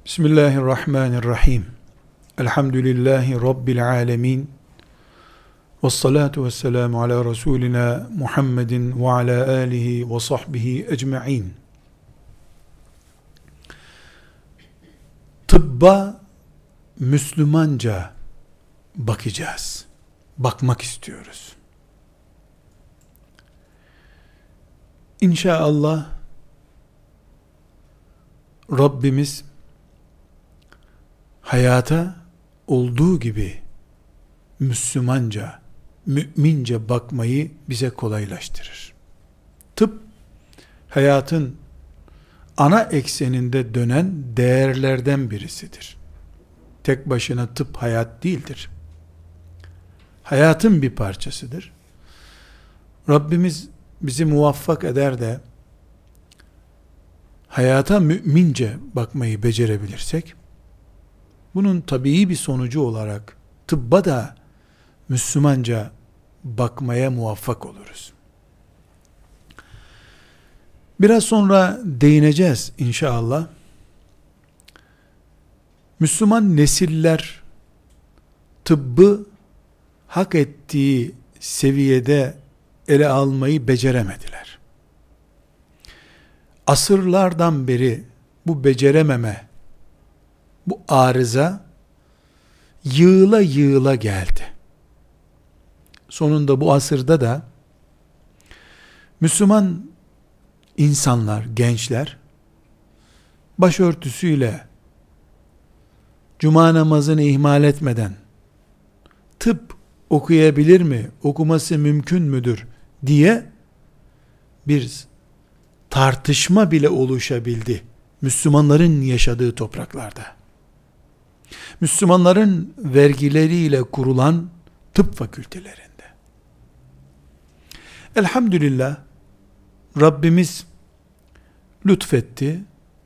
Bismillahirrahmanirrahim. Elhamdülillahi Rabbil alemin. Vessalatu vesselamu ala Resulina Muhammedin ve ala alihi ve sahbihi ecma'in. Tıbba Müslümanca bakacağız. Bakmak istiyoruz. İnşallah Rabbimiz hayata olduğu gibi Müslümanca, mümince bakmayı bize kolaylaştırır. Tıp, hayatın ana ekseninde dönen değerlerden birisidir. Tek başına tıp hayat değildir. Hayatın bir parçasıdır. Rabbimiz bizi muvaffak eder de hayata mümince bakmayı becerebilirsek, bunun tabii bir sonucu olarak tıbba da Müslümanca bakmaya muvaffak oluruz. Biraz sonra değineceğiz inşallah. Müslüman nesiller tıbbı hak ettiği seviyede ele almayı beceremediler. Asırlardan beri bu becerememe, bu arıza yığıla yığıla geldi. Sonunda bu asırda da Müslüman insanlar, gençler başörtüsüyle cuma namazını ihmal etmeden tıp okuyabilir mi, okuması mümkün müdür diye bir tartışma bile oluşabildi Müslümanların yaşadığı topraklarda. Müslümanların vergileriyle kurulan tıp fakültelerinde. Elhamdülillah Rabbimiz lütfetti.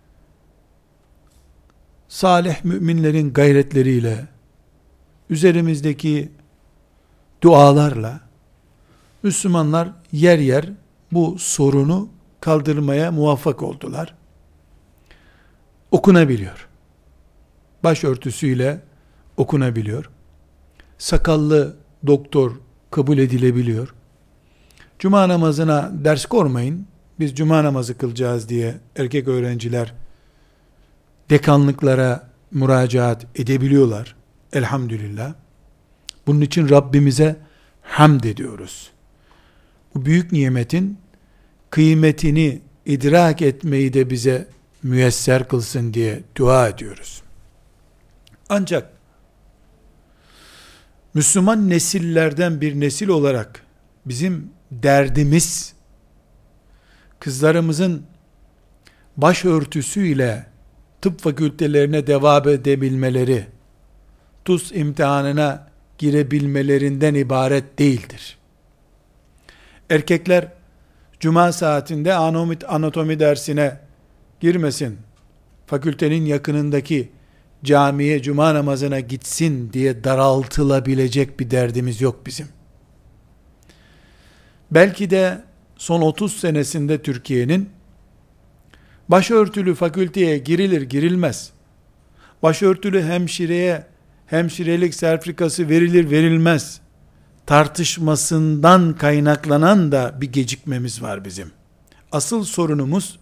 Salih müminlerin gayretleriyle, üzerimizdeki dualarla Müslümanlar yer yer bu sorunu kaldırmaya muvaffak oldular. Okunabiliyor. Başörtüsüyle okunabiliyor. Sakallı doktor kabul edilebiliyor. Cuma namazına ders kormayın, biz cuma namazı kılacağız diye erkek öğrenciler dekanlıklara müracaat edebiliyorlar. Elhamdülillah. Bunun için Rabbimize hamd ediyoruz. Bu büyük nimetin kıymetini idrak etmeyi de bize müyesser kılsın diye dua ediyoruz. Ancak Müslüman nesillerden bir nesil olarak bizim derdimiz kızlarımızın başörtüsüyle tıp fakültelerine devam edebilmeleri, TUS imtihanına girebilmelerinden ibaret değildir. Erkekler cuma saatinde anatomi dersine girmesin, fakültenin yakınındaki camiye cuma namazına gitsin diye daraltılabilecek bir derdimiz yok bizim. Belki de son 30 senesinde Türkiye'nin başörtülü fakülteye girilir girilmez, başörtülü hemşireye hemşirelik sertifikası verilir verilmez tartışmasından kaynaklanan da bir gecikmemiz var bizim. Asıl sorunumuz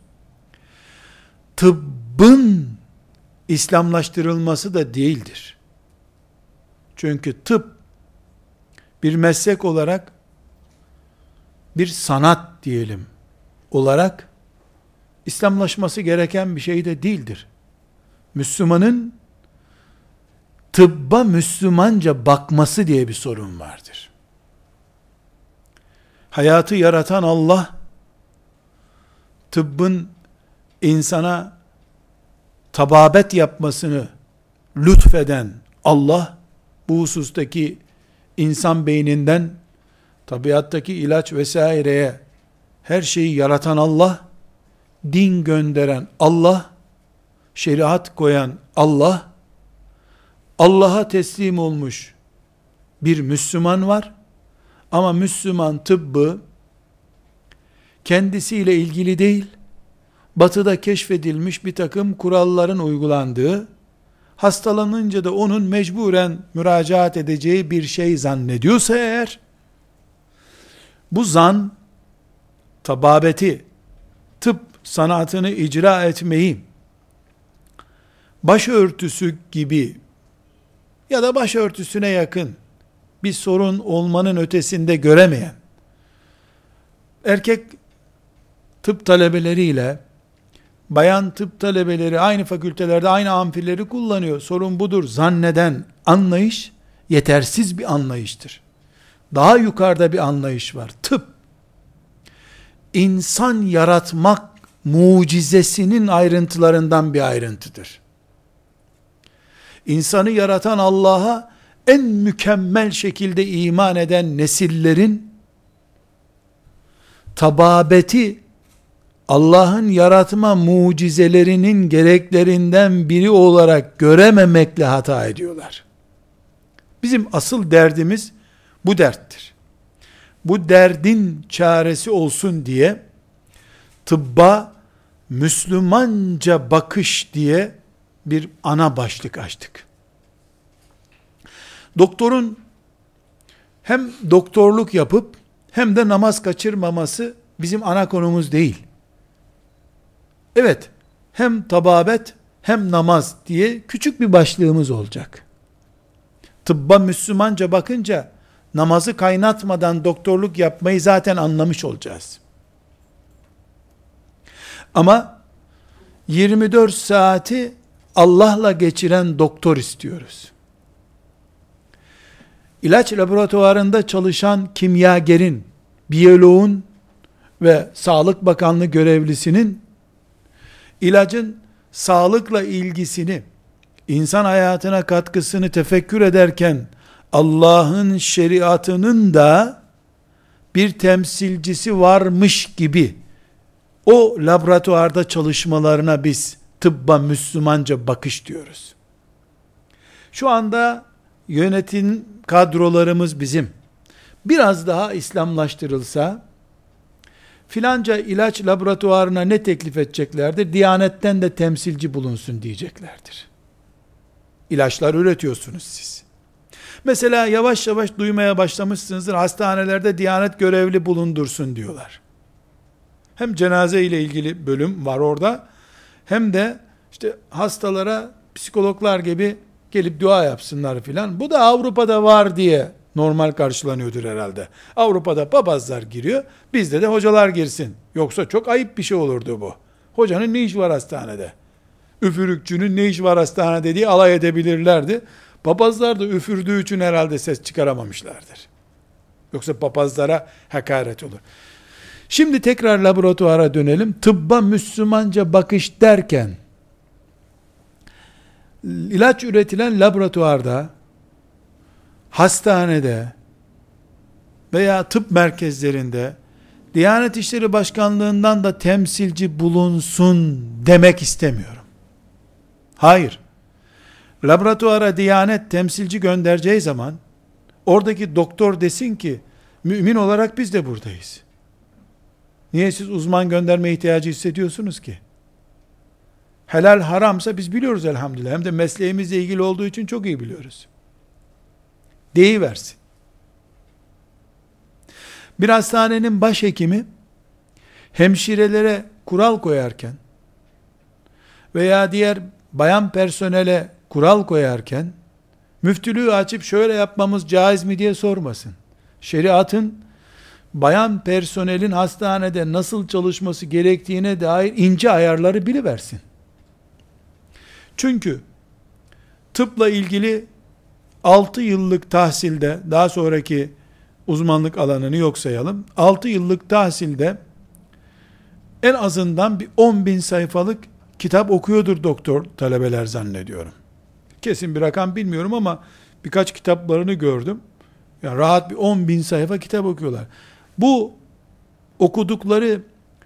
tıbbın İslamlaştırılması da değildir. Çünkü tıp bir meslek olarak, bir sanat diyelim olarak İslamlaşması gereken bir şey de değildir. Müslümanın tıbba Müslümanca bakması diye bir sorun vardır. Hayatı yaratan Allah, tıbbın insana tababet yapmasını lütfeden Allah, bu husustaki insan beyninden tabiattaki ilaç vesaireye her şeyi yaratan Allah, din gönderen Allah, şeriat koyan Allah, Allah'a teslim olmuş bir Müslüman var. Ama Müslüman tıbbı kendisiyle ilgili değil, batıda keşfedilmiş bir takım kuralların uygulandığı, hastalanınca da onun mecburen müracaat edeceği bir şey zannediyorsa eğer, bu zan, tababeti, tıp sanatını icra etmeyi, başörtüsü gibi ya da başörtüsüne yakın bir sorun olmanın ötesinde göremeyen, erkek tıp talebeleriyle bayan tıp talebeleri aynı fakültelerde aynı amfileri kullanıyor, sorun budur zanneden anlayış yetersiz bir anlayıştır. Daha yukarıda bir anlayış var. Tıp, insan yaratmak mucizesinin ayrıntılarından bir ayrıntıdır. İnsanı yaratan Allah'a en mükemmel şekilde iman eden nesillerin tababeti Allah'ın yaratma mucizelerinin gereklerinden biri olarak görememekle hata ediyorlar. Bizim asıl derdimiz bu derttir. Bu derdin çaresi olsun diye tıbba Müslümanca bakış diye bir ana başlık açtık. Doktorun hem doktorluk yapıp hem de namaz kaçırmaması bizim ana konumuz değil. Evet, hem tababet hem namaz diye küçük bir başlığımız olacak. Tıbba Müslümanca bakınca namazı kaynatmadan doktorluk yapmayı zaten anlamış olacağız. Ama 24 saati Allah'la geçiren doktor istiyoruz. İlaç laboratuvarında çalışan kimyagerin, biyoloğun ve Sağlık Bakanlığı görevlisinin ilacın sağlıkla ilgisini, insan hayatına katkısını tefekkür ederken Allah'ın şeriatının da bir temsilcisi varmış gibi o laboratuvarda çalışmalarına biz tıbba Müslümanca bakış diyoruz. Şu anda yönetim kadrolarımız bizim. Biraz daha İslamlaştırılsa, filanca ilaç laboratuvarına ne teklif edeceklerdir? Diyanetten de temsilci bulunsun diyeceklerdir. İlaçlar üretiyorsunuz siz. Mesela yavaş yavaş duymaya başlamışsınızdır, hastanelerde Diyanet görevli bulundursun diyorlar. Hem cenaze ile ilgili bölüm var orada, hem de işte hastalara psikologlar gibi gelip dua yapsınlar filan. Bu da Avrupa'da var diye normal karşılanıyordur herhalde. Avrupa'da papazlar giriyor, bizde de hocalar girsin. Yoksa çok ayıp bir şey olurdu bu. Hocanın ne işi var hastanede? Üfürükçünün ne işi var hastanede diye alay edebilirlerdi. Papazlar da üfürdüğü için herhalde ses çıkaramamışlardır. Yoksa papazlara hakaret olur. Şimdi tekrar laboratuvara dönelim. Tıbba Müslümanca bakış derken, ilaç üretilen laboratuvarda, hastanede veya tıp merkezlerinde Diyanet İşleri Başkanlığından da temsilci bulunsun demek istemiyorum. Hayır. Laboratuvara Diyanet temsilci göndereceği zaman oradaki doktor desin ki mümin olarak biz de buradayız. Niye siz uzman gönderme ihtiyacı hissediyorsunuz ki? Helal haramsa biz biliyoruz elhamdülillah. Hem de mesleğimizle ilgili olduğu için çok iyi biliyoruz. Deyiversin. Bir hastanenin başhekimi hemşirelere kural koyarken veya diğer bayan personele kural koyarken müftülüğü açıp şöyle yapmamız caiz mi diye sormasın. Şeriatın bayan personelin hastanede nasıl çalışması gerektiğine dair ince ayarları biliversin. Çünkü tıpla ilgili 6 yıllık tahsilde, daha sonraki uzmanlık alanını yok sayalım, 6 yıllık tahsilde en azından bir 10.000 sayfalık kitap okuyordur doktor talebeler zannediyorum. Kesin bir rakam bilmiyorum ama birkaç kitaplarını gördüm. Yani rahat bir 10.000 sayfa kitap okuyorlar. Bu okudukları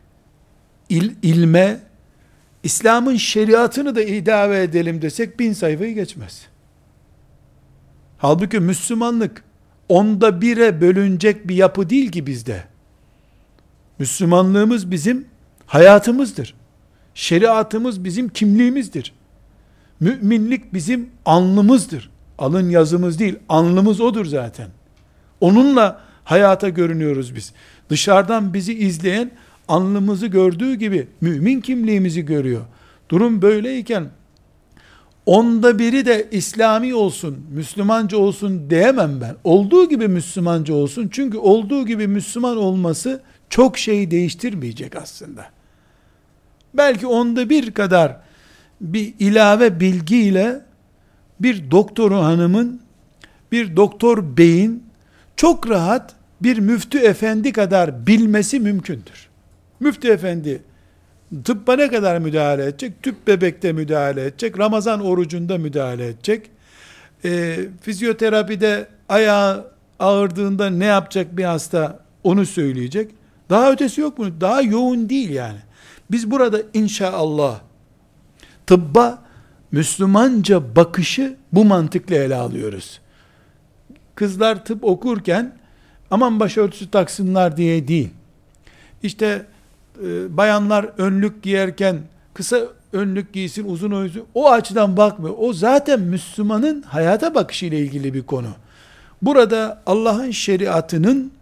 ilme İslam'ın şeriatını da ilave edelim desek 1000 sayfayı geçmez. Halbuki Müslümanlık 1/10'e bölünecek bir yapı değil ki bizde. Müslümanlığımız bizim hayatımızdır. Şeriatımız bizim kimliğimizdir. Müminlik bizim alnımızdır. Alın yazımız değil, alnımız odur zaten. Onunla hayata görünüyoruz biz. Dışarıdan bizi izleyen alnımızı gördüğü gibi mümin kimliğimizi görüyor. Durum böyleyken onda biri de İslami olsun, Müslümanca olsun diyemem ben. Olduğu gibi Müslümanca olsun. Çünkü olduğu gibi Müslüman olması çok şey değiştirmeyecek aslında. Belki onda bir kadar bir ilave bilgiyle bir doktor hanımın, bir doktor beyin çok rahat bir müftü efendi kadar bilmesi mümkündür. Müftü efendi tıbba ne kadar müdahale edecek? Tüp bebekte müdahale edecek, Ramazan orucunda müdahale edecek. Fizyoterapide ayağı ağırdığında ne yapacak bir hasta onu söyleyecek. Daha ötesi yok bunun. Daha yoğun değil yani. Biz burada inşallah tıbba Müslümanca bakışı bu mantıkla ele alıyoruz. Kızlar tıp okurken aman başörtüsü taksınlar diye değil. İşte bayanlar önlük giyerken kısa önlük giysin, uzun oysun. O açıdan bakmıyor. O zaten Müslümanın hayata bakışıyla ilgili bir konu. Burada Allah'ın şeriatının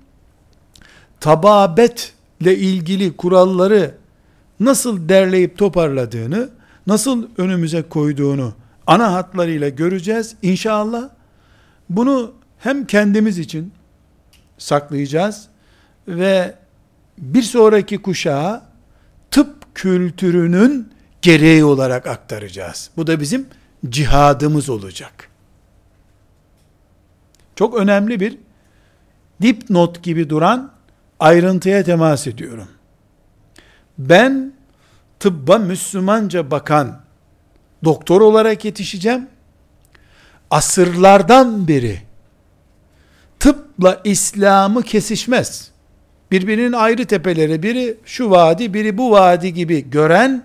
tababetle ilgili kuralları nasıl derleyip toparladığını, nasıl önümüze koyduğunu ana hatlarıyla göreceğiz inşallah. Bunu hem kendimiz için saklayacağız ve bir sonraki kuşağa tıp kültürünün gereği olarak aktaracağız. Bu da bizim cihadımız olacak. Çok önemli bir dipnot gibi duran ayrıntıya temas ediyorum. Ben tıbba Müslümanca bakan doktor olarak yetişeceğim. Asırlardan beri tıpla İslam'ı kesişmez. Birbirinin ayrı tepeleri, biri şu vadi, biri bu vadi gibi gören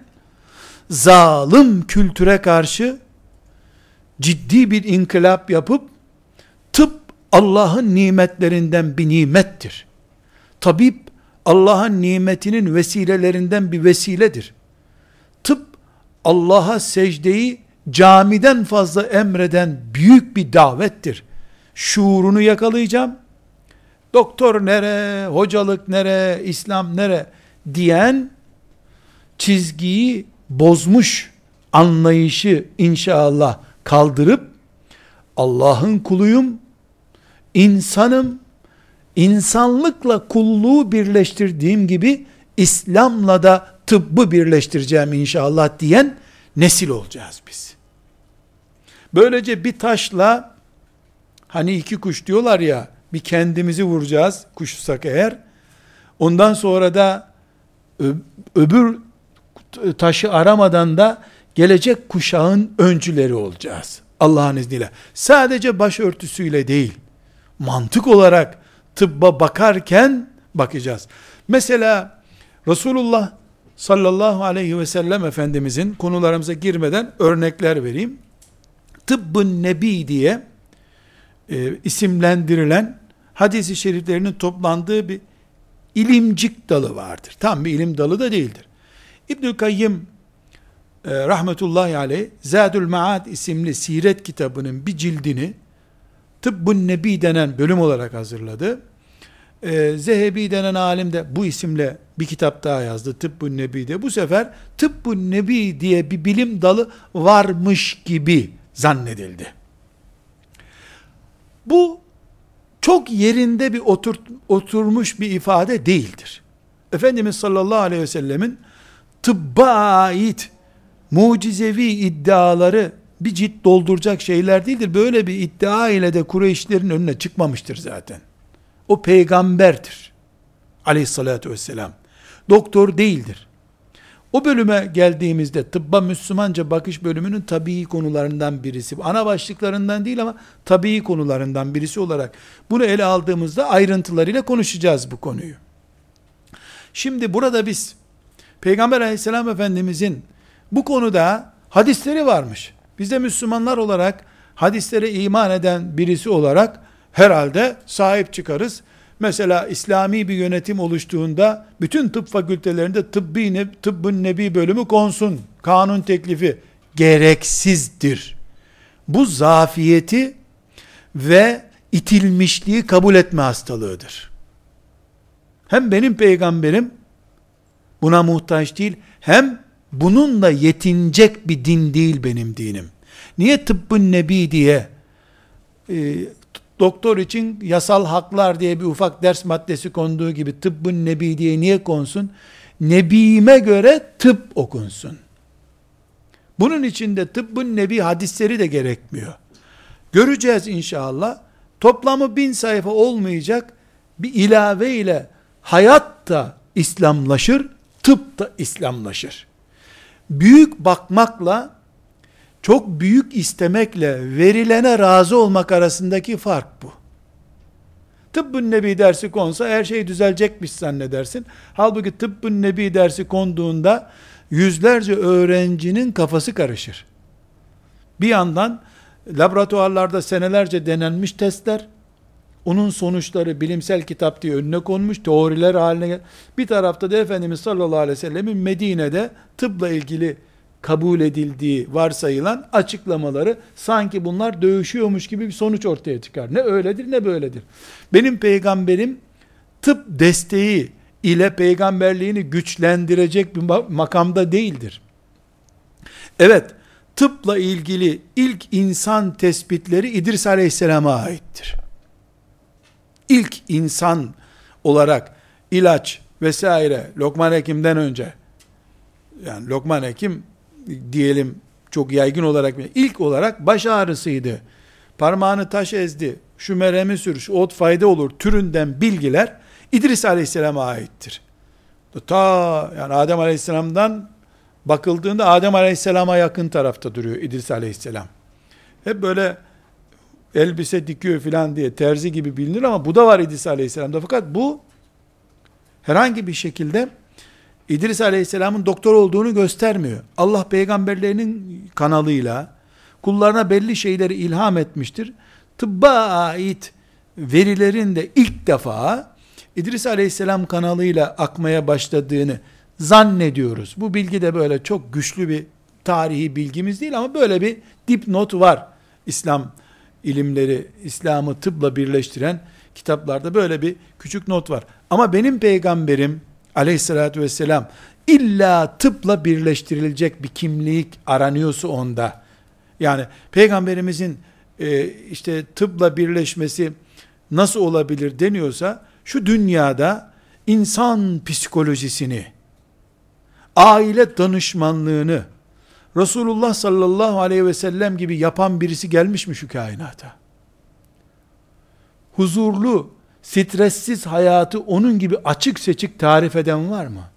zalim kültüre karşı ciddi bir inkılap yapıp tıp Allah'ın nimetlerinden bir nimettir. Tabip Allah'ın nimetinin vesilelerinden bir vesiledir. Tıp Allah'a secdeyi camiden fazla emreden büyük bir davettir. Şuurunu yakalayacağım. Doktor nere, hocalık nere, İslam nere diyen çizgiyi bozmuş anlayışı inşallah kaldırıp Allah'ın kuluyum, insanım, insanlıkla kulluğu birleştirdiğim gibi İslam'la da tıbbı birleştireceğim inşallah diyen nesil olacağız biz. Böylece bir taşla, hani iki kuş diyorlar ya, bir kendimizi vuracağız kuşsak eğer, ondan sonra da öbür taşı aramadan da gelecek kuşağın öncüleri olacağız Allah'ın izniyle. Sadece başörtüsüyle değil, mantık olarak tıbba bakarken bakacağız. Mesela Resulullah sallallahu aleyhi ve sellem Efendimizin, konularımıza girmeden örnekler vereyim. Tıbbın Nebi diye isimlendirilen hadis-i şeriflerinin toplandığı bir ilimcik dalı vardır. Tam bir ilim dalı da değildir. İbnül Kayyim rahmetullahi aleyh Zadül Maad isimli siret kitabının bir cildini Tıbbun Nebi denen bölüm olarak hazırladı. Zehebi denen alim de bu isimle bir kitap daha yazdı. Tıbbun Nebi diye. Bu sefer Tıbbun Nebi diye bir bilim dalı varmış gibi zannedildi. Bu çok yerinde bir oturmuş bir ifade değildir. Efendimiz sallallahu aleyhi ve sellemin tıbba ait mucizevi iddiaları bir cilt dolduracak şeyler değildir. Böyle bir iddia ile de Kureyşlerin önüne çıkmamıştır zaten. O peygamberdir. Aleyhissalatü vesselam. Doktor değildir. O bölüme geldiğimizde tıbba Müslümanca bakış bölümünün tabii konularından birisi. Ana başlıklarından değil ama tabii konularından birisi olarak bunu ele aldığımızda ayrıntılarıyla konuşacağız bu konuyu. Şimdi burada biz Peygamber aleyhisselam efendimizin bu konuda hadisleri varmış. Biz de Müslümanlar olarak hadislere iman eden birisi olarak herhalde sahip çıkarız. Mesela İslami bir yönetim oluştuğunda bütün tıp fakültelerinde tıbbın nebi bölümü konsun. Kanun teklifi gereksizdir. Bu zafiyeti ve itilmişliği kabul etme hastalığıdır. Hem benim peygamberim buna muhtaç değil, hem bununla yetinecek bir din değil benim dinim. Niye tıbbın nebi diye doktor için yasal haklar diye bir ufak ders maddesi konduğu gibi tıbbın nebi diye niye konsun? Nebime göre tıp okunsun. Bunun içinde tıbbın nebi hadisleri de gerekmiyor. Göreceğiz inşallah. Toplamı 1000 sayfa olmayacak bir ilave ile hayat da İslamlaşır, tıp da İslamlaşır. Büyük bakmakla, çok büyük istemekle verilene razı olmak arasındaki fark bu. Tıbbın nebi dersi konsa her şey düzelecekmiş zannedersin. Halbuki tıbbın nebi dersi konduğunda yüzlerce öğrencinin kafası karışır. Bir yandan laboratuvarlarda senelerce denenmiş testler, onun sonuçları bilimsel kitap diye önüne konmuş, teoriler haline gelmiş. Bir tarafta da Efendimiz sallallahu aleyhi ve sellemin Medine'de tıpla ilgili kabul edildiği varsayılan açıklamaları, sanki bunlar dövüşüyormuş gibi bir sonuç ortaya çıkar. Ne öyledir ne böyledir. Benim peygamberim tıp desteği ile peygamberliğini güçlendirecek bir makamda değildir. Evet, tıpla ilgili ilk insan tespitleri İdris Aleyhisselam'a aittir. İlk insan olarak ilaç vesaire Lokman Hekim'den önce, yani Lokman Hekim diyelim çok yaygın olarak, ilk olarak baş ağrısıydı, parmağını taş ezdi, şu merhemi sür, şu ot fayda olur türünden bilgiler İdris Aleyhisselam'a aittir. Yani Adem Aleyhisselam'dan bakıldığında Adem Aleyhisselam'a yakın tarafta duruyor İdris Aleyhisselam. Hep böyle elbise dikiyor filan diye terzi gibi bilinir ama bu da var İdris Aleyhisselam'da. Fakat bu herhangi bir şekilde İdris Aleyhisselam'ın doktor olduğunu göstermiyor. Allah peygamberlerinin kanalıyla kullarına belli şeyleri ilham etmiştir. Tıbba ait verilerin de ilk defa İdris Aleyhisselam kanalıyla akmaya başladığını zannediyoruz. Bu bilgi de böyle çok güçlü bir tarihi bilgimiz değil ama böyle bir dipnot var. İslam ilimleri, İslam'ı tıpla birleştiren kitaplarda böyle bir küçük not var. Ama benim peygamberim aleyhissalatü vesselam illa tıpla birleştirilecek bir kimlik aranıyorsa onda, yani peygamberimizin işte tıpla birleşmesi nasıl olabilir deniyorsa, şu dünyada insan psikolojisini, aile danışmanlığını Resulullah sallallahu aleyhi ve sellem gibi yapan birisi gelmiş mi şu kainata? Huzurlu, stressiz hayatı onun gibi açık seçik tarif eden var mı?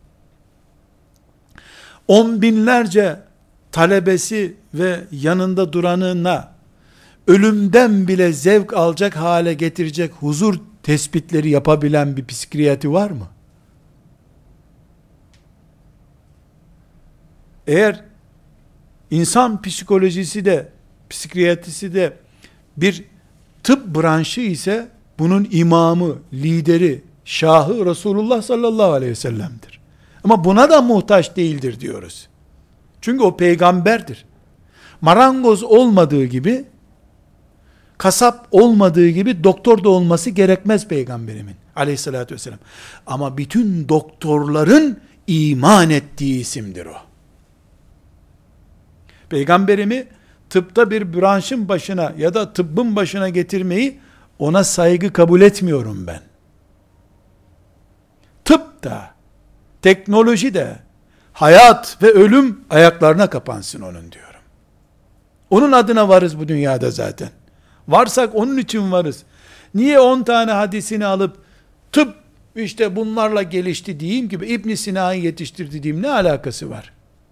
10 binlerce talebesi ve yanında duranına ölümden bile zevk alacak hale getirecek huzur tespitleri yapabilen bir psikiyatrist var mı? Eğer insan psikolojisi de, psikiyatrisi de bir tıp branşı ise, bunun imamı, lideri, şahı Resulullah sallallahu aleyhi ve sellem'dir. Ama buna da muhtaç değildir diyoruz. Çünkü o peygamberdir. Marangoz olmadığı gibi, kasap olmadığı gibi doktor da olması gerekmez peygamberimin aleyhissalatü vesselam. Ama bütün doktorların iman ettiği isimdir o. Peygamberimi tıpta bir branşın başına ya da tıbbın başına getirmeyi, ona saygı kabul etmiyorum ben. Tıp da, teknoloji de, hayat ve ölüm ayaklarına kapansın onun diyorum. Onun adına varız bu dünyada zaten. Varsak onun için varız. Niye 10 tane hadisini alıp tıp işte bunlarla gelişti diyeyim gibi, İbn Sina'yı yetiştirdi diyeyim, ne alakası var?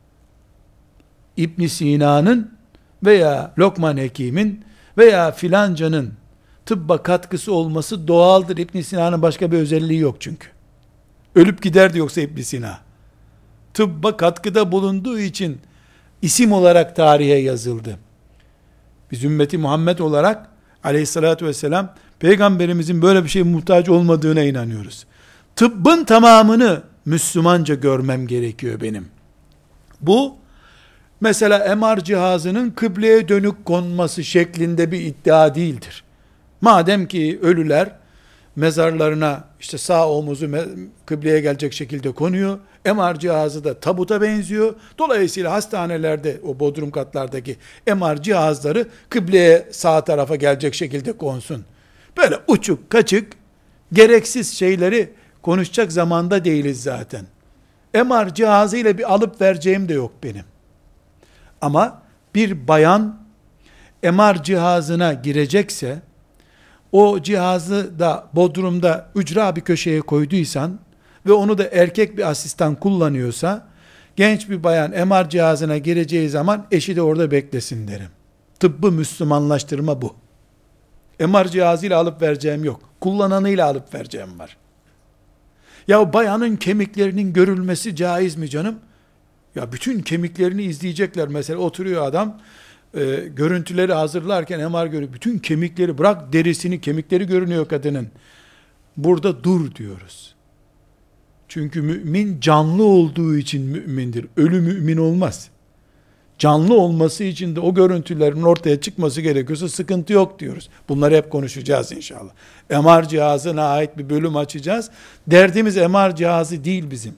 İbn Sina'nın veya Lokman Hekim'in veya filancanın tıbba katkısı olması doğaldır. İbn Sina'nın başka bir özelliği yok çünkü. Ölüp giderdi yoksa İbn Sina. Tıbba katkıda bulunduğu için isim olarak tarihe yazıldı. Biz ümmeti Muhammed olarak aleyhissalatü vesselam Peygamberimizin böyle bir şeye muhtaç olmadığına inanıyoruz. Tıbbın tamamını Müslümanca görmem gerekiyor benim. Bu, mesela MR cihazının kıbleye dönük konması şeklinde bir iddia değildir. Madem ki ölüler mezarlarına işte sağ omuzu kıbleye gelecek şekilde konuyor, MR cihazı da tabuta benziyor. Dolayısıyla hastanelerde, o bodrum katlardaki MR cihazları kıbleye, sağ tarafa gelecek şekilde konsun. Böyle uçuk kaçık gereksiz şeyleri konuşacak zamanda değiliz zaten. MR cihazıyla bir alıp vereceğim de yok benim. Ama bir bayan MR cihazına girecekse, o cihazı da bodrumda ücra bir köşeye koyduysan ve onu da erkek bir asistan kullanıyorsa, genç bir bayan MR cihazına gireceği zaman eşi de orada beklesin derim. Tıbbı Müslümanlaştırma bu. MR cihazıyla alıp vereceğim yok. Kullananıyla alıp vereceğim var. Ya bayanın kemiklerinin görülmesi caiz mi canım? Ya bütün kemiklerini izleyecekler. Mesela oturuyor adam, görüntüleri hazırlarken MR görüyor. Bütün kemikleri bırak, derisini, kemikleri görünüyor kadının. Burada dur diyoruz. Çünkü mümin canlı olduğu için mümindir. Ölü mümin olmaz. Canlı olması için de o görüntülerin ortaya çıkması gerekiyorsa sıkıntı yok diyoruz. Bunları hep konuşacağız inşallah. MR cihazına ait bir bölüm açacağız. Derdimiz MR cihazı değil bizim.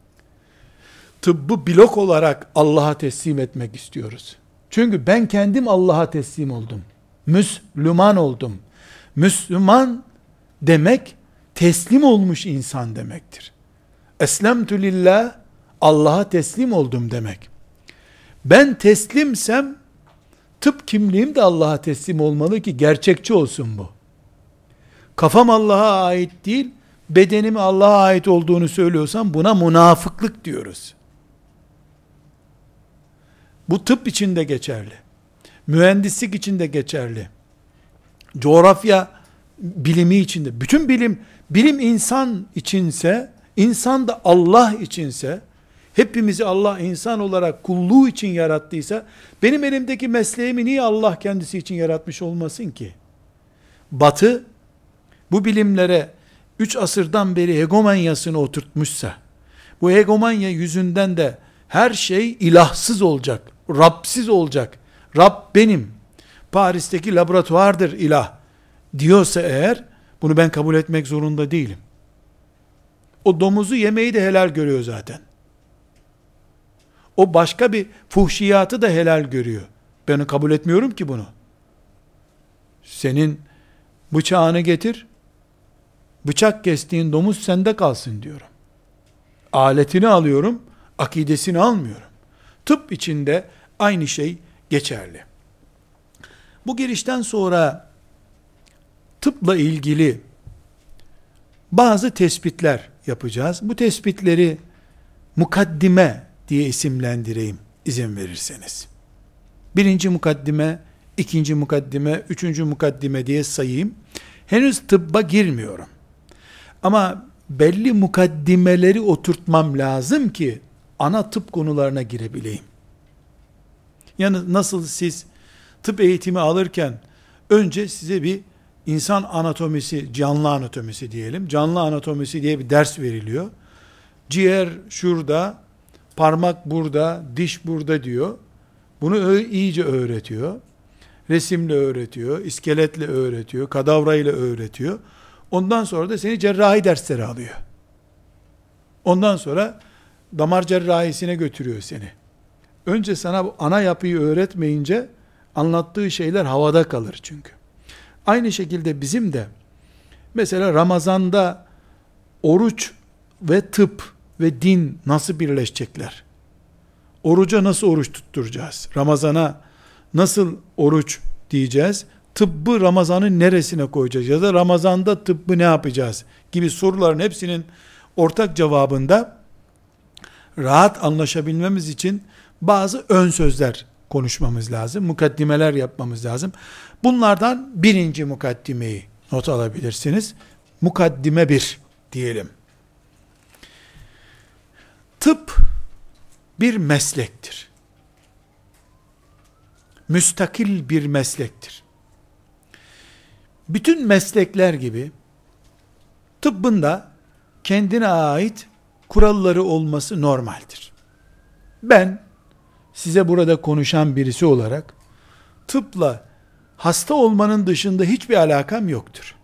Tıbbı blok olarak Allah'a teslim etmek istiyoruz. Çünkü ben kendim Allah'a teslim oldum. Müslüman oldum. Müslüman demek teslim olmuş insan demektir. Eslemtü lillah, Allah'a teslim oldum demek. Ben teslimsem tıp kimliğim de Allah'a teslim olmalı ki gerçekçi olsun bu. Kafam Allah'a ait değil, bedenimi Allah'a ait olduğunu söylüyorsam buna münafıklık diyoruz. Bu tıp için de geçerli. Mühendislik için de geçerli. Coğrafya bilimi için de. Bütün bilim insan içinse, insan da Allah içinse, hepimizi Allah insan olarak kulluğu için yarattıysa, benim elimdeki mesleğimi niye Allah kendisi için yaratmış olmasın ki? Batı, bu bilimlere 3 asırdan beri hegemonyasını oturtmuşsa, bu hegemonya yüzünden de her şey ilahsız olacak, Rabsiz olacak. Rab benim, Paris'teki laboratuvardır ilah diyorsa eğer, bunu ben kabul etmek zorunda değilim. O domuzu yemeyi de helal görüyor zaten. O başka bir fuhşiyatı da helal görüyor. Ben kabul etmiyorum ki bunu. Senin bıçağını getir, bıçak kestiğin domuz sende kalsın diyorum. Aletini alıyorum, akidesini almıyorum. Tıp içinde aynı şey geçerli. Bu girişten sonra tıpla ilgili bazı tespitler yapacağız. Bu tespitleri mukaddime diye isimlendireyim izin verirseniz. Birinci mukaddime, ikinci mukaddime, üçüncü mukaddime diye sayayım. Henüz tıbba girmiyorum. Ama belli mukaddimeleri oturtmam lazım ki ana tıp konularına girebileyim. Yani nasıl siz tıp eğitimi alırken önce size bir insan anatomisi, canlı anatomisi diyelim, canlı anatomisi diye bir ders veriliyor. Ciğer şurada, parmak burada, diş burada diyor. Bunu iyice öğretiyor. Resimle öğretiyor, iskeletle öğretiyor, kadavrayla öğretiyor. Ondan sonra da seni cerrahi dersleri alıyor. Ondan sonra damar cerrahisine götürüyor seni. Önce sana bu ana yapıyı öğretmeyince anlattığı şeyler havada kalır çünkü. Aynı şekilde bizim de mesela Ramazan'da oruç ve tıp ve din nasıl birleşecekler? Oruca nasıl oruç tutturacağız? Ramazana nasıl oruç diyeceğiz? Tıbbı Ramazan'ın neresine koyacağız? Ya da Ramazan'da tıbbı ne yapacağız? Gibi soruların hepsinin ortak cevabında rahat anlaşabilmemiz için bazı ön sözler konuşmamız lazım. Mukaddimeler yapmamız lazım. Bunlardan birinci mukaddimeyi not alabilirsiniz. Mukaddime 1 diyelim. Tıp bir meslektir. Müstakil bir meslektir. bütün meslekler gibi tıbbın da kendine ait kuralları olması normaldir. Ben size burada konuşan birisi olarak tıpla hasta olmanın dışında hiçbir alakam yoktur.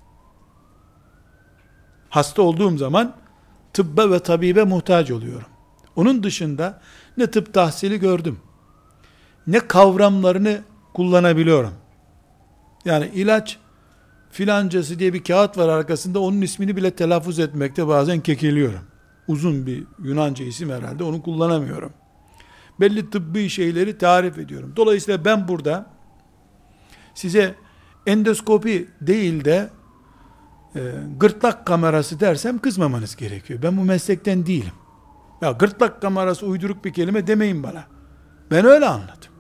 Hasta olduğum zaman tıbba ve tabibe muhtaç oluyorum. Onun dışında ne tıp tahsili gördüm, ne kavramlarını kullanabiliyorum. Yani ilaç filancası diye bir kağıt var arkasında, onun ismini bile telaffuz etmekte bazen kekeliyorum. Uzun bir Yunanca isim herhalde, onu kullanamıyorum. Belli tıbbi şeyleri tarif ediyorum. Dolayısıyla ben burada size endoskopi değil de gırtlak kamerası dersem kızmamanız gerekiyor. Ben bu meslekten değilim. Ya gırtlak kamerası uyduruk bir kelime demeyin bana. Ben öyle anladım.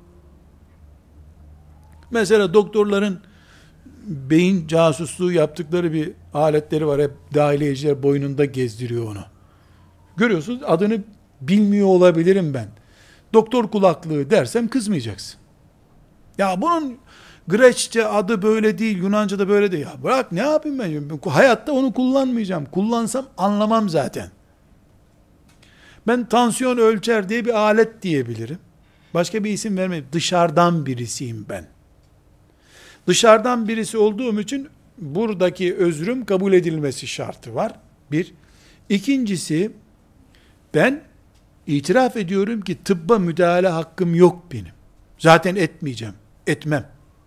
Mesela doktorların beyin casusluğu yaptıkları bir aletleri var. Hep dahiliyeciler boynunda gezdiriyor onu. Görüyorsunuz, adını bilmiyor olabilirim ben. Doktor kulaklığı dersem kızmayacaksın. Ya bunun Grekçe adı böyle değil, Yunanca da böyle değil. Ya bırak, ne yapayım ben? Hayatta onu kullanmayacağım. Kullansam anlamam zaten. Ben tansiyon ölçer diye bir alet diyebilirim. Başka bir isim vermeyeyim. Dışarıdan birisiyim ben. Dışarıdan birisi olduğum için buradaki özrüm kabul edilmesi şartı var. Bir. İkincisi, ben itiraf ediyorum ki tıbba müdahale hakkım yok benim. Zaten etmeyeceğim. Etmem.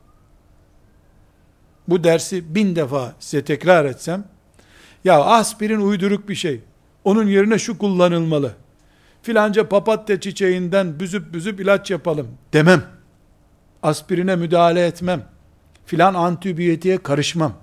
Bu dersi 1000 defa size tekrar etsem, ya aspirin uyduruk bir şey, onun yerine şu kullanılmalı, filanca papatya çiçeğinden büzüp büzüp ilaç yapalım demem. Aspirine müdahale etmem. Filan antibiyotiğe karışmam.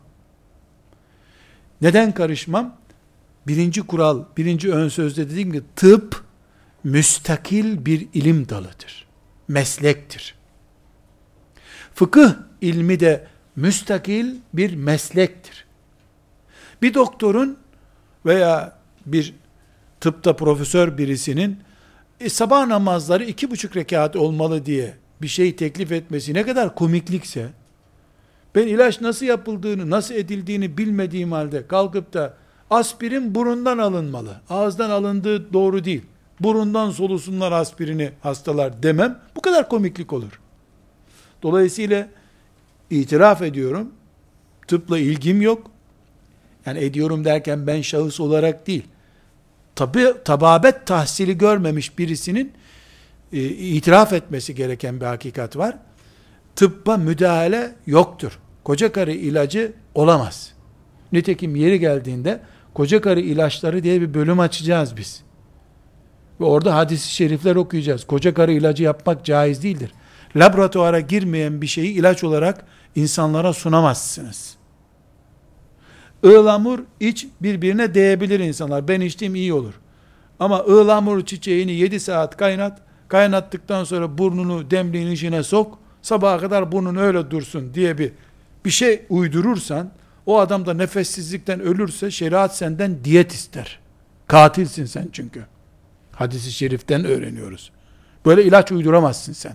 Neden karışmam? Birinci kural, birinci ön sözde dediğim gibi, tıp müstakil bir ilim dalıdır. Meslektir. Fıkıh ilmi de müstakil bir meslektir. Bir doktorun veya bir tıpta profesör birisinin sabah namazları 2,5 rekat olmalı diye bir şey teklif etmesi ne kadar komiklikse, ben ilaç nasıl yapıldığını, nasıl edildiğini bilmediğim halde kalkıp da aspirin burundan alınmalı, ağızdan alındığı doğru değil, burundan solusunlar aspirini hastalar demem, bu kadar komiklik olur. Dolayısıyla itiraf ediyorum, tıpla ilgim yok. Yani ediyorum derken ben şahıs olarak değil, tababet tahsili görmemiş birisinin itiraf etmesi gereken bir hakikat var. Tıbba müdahale yoktur. Koca karı ilacı olamaz. Nitekim yeri geldiğinde koca karı ilaçları diye bir bölüm açacağız biz. Ve orada hadis-i şerifler okuyacağız. Koca karı ilacı yapmak caiz değildir. Laboratuvara girmeyen bir şeyi ilaç olarak insanlara sunamazsınız. Ihlamur iç, birbirine değebilir insanlar. Ben içtiğim iyi olur. Ama ıhlamur çiçeğini 7 saat kaynattıktan sonra burnunu demliğin içine sok, sabaha kadar burnun öyle dursun diye bir şey uydurursan, o adam da nefessizlikten ölürse şeriat senden diyet ister. Katilsin sen çünkü. Hadis-i şeriften öğreniyoruz. Böyle ilaç uyduramazsın sen.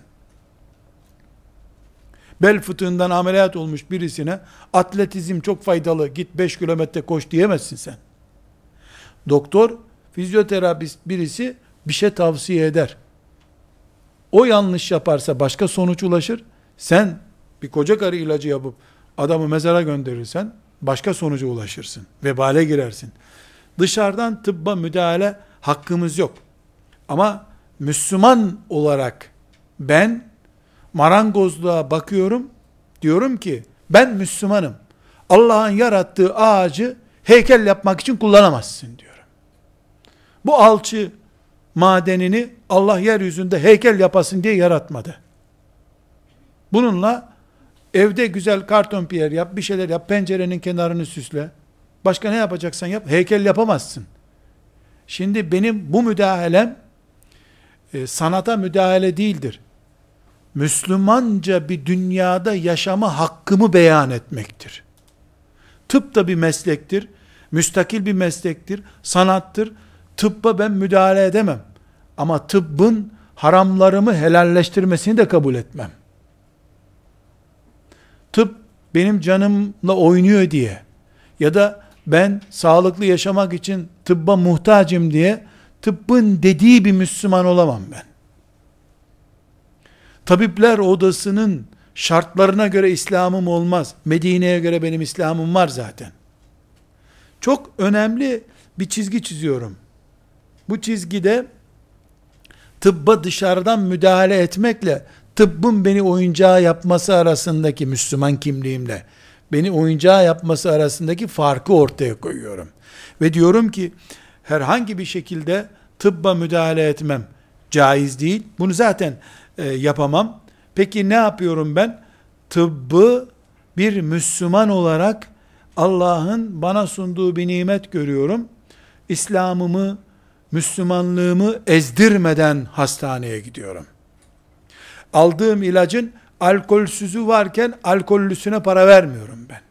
Bel fıtığından ameliyat olmuş birisine atletizm çok faydalı, git 5 kilometre koş diyemezsin sen. Doktor, fizyoterapist birisi bir şey tavsiye eder. O yanlış yaparsa başka sonuç ulaşır. Sen bir koca karı ilacı yapıp adamı mezara gönderirsen başka sonuca ulaşırsın. Vebale girersin. Dışarıdan tıbba müdahale hakkımız yok. Ama Müslüman olarak ben marangozluğa bakıyorum, diyorum ki ben Müslümanım. Allah'ın yarattığı ağacı heykel yapmak için kullanamazsın diyorum. Bu alçı madenini Allah yeryüzünde heykel yapasın diye yaratmadı. Bununla evde güzel karton piyer yap, bir şeyler yap, pencerenin kenarını süsle. Başka ne yapacaksan yap, heykel yapamazsın. Şimdi benim bu müdahalem sanata müdahale değildir. Müslümanca bir dünyada yaşama hakkımı beyan etmektir. Tıp da bir meslektir, müstakil bir meslektir, sanattır. Tıbba ben müdahale edemem. Ama tıbbın haramlarımı helalleştirmesini de kabul etmem. Tıp benim canımla oynuyor diye ya da ben sağlıklı yaşamak için tıbba muhtacım diye tıbbın dediği bir Müslüman olamam ben. Tabipler odasının şartlarına göre İslam'ım olmaz. Medine'ye göre benim İslam'ım var zaten. Çok önemli bir çizgi çiziyorum. Bu çizgide tıbba dışarıdan müdahale etmekle tıbbın beni oyuncağı yapması arasındaki, Müslüman kimliğimle beni oyuncağı yapması arasındaki farkı ortaya koyuyorum. Ve diyorum ki herhangi bir şekilde tıbba müdahale etmem caiz değil. Bunu zaten yapamam. Peki ne yapıyorum ben? Tıbbı bir Müslüman olarak Allah'ın bana sunduğu bir nimet görüyorum. İslam'ımı, Müslümanlığımı ezdirmeden hastaneye gidiyorum. Aldığım ilacın alkolsüzü varken alkollüsüne para vermiyorum ben.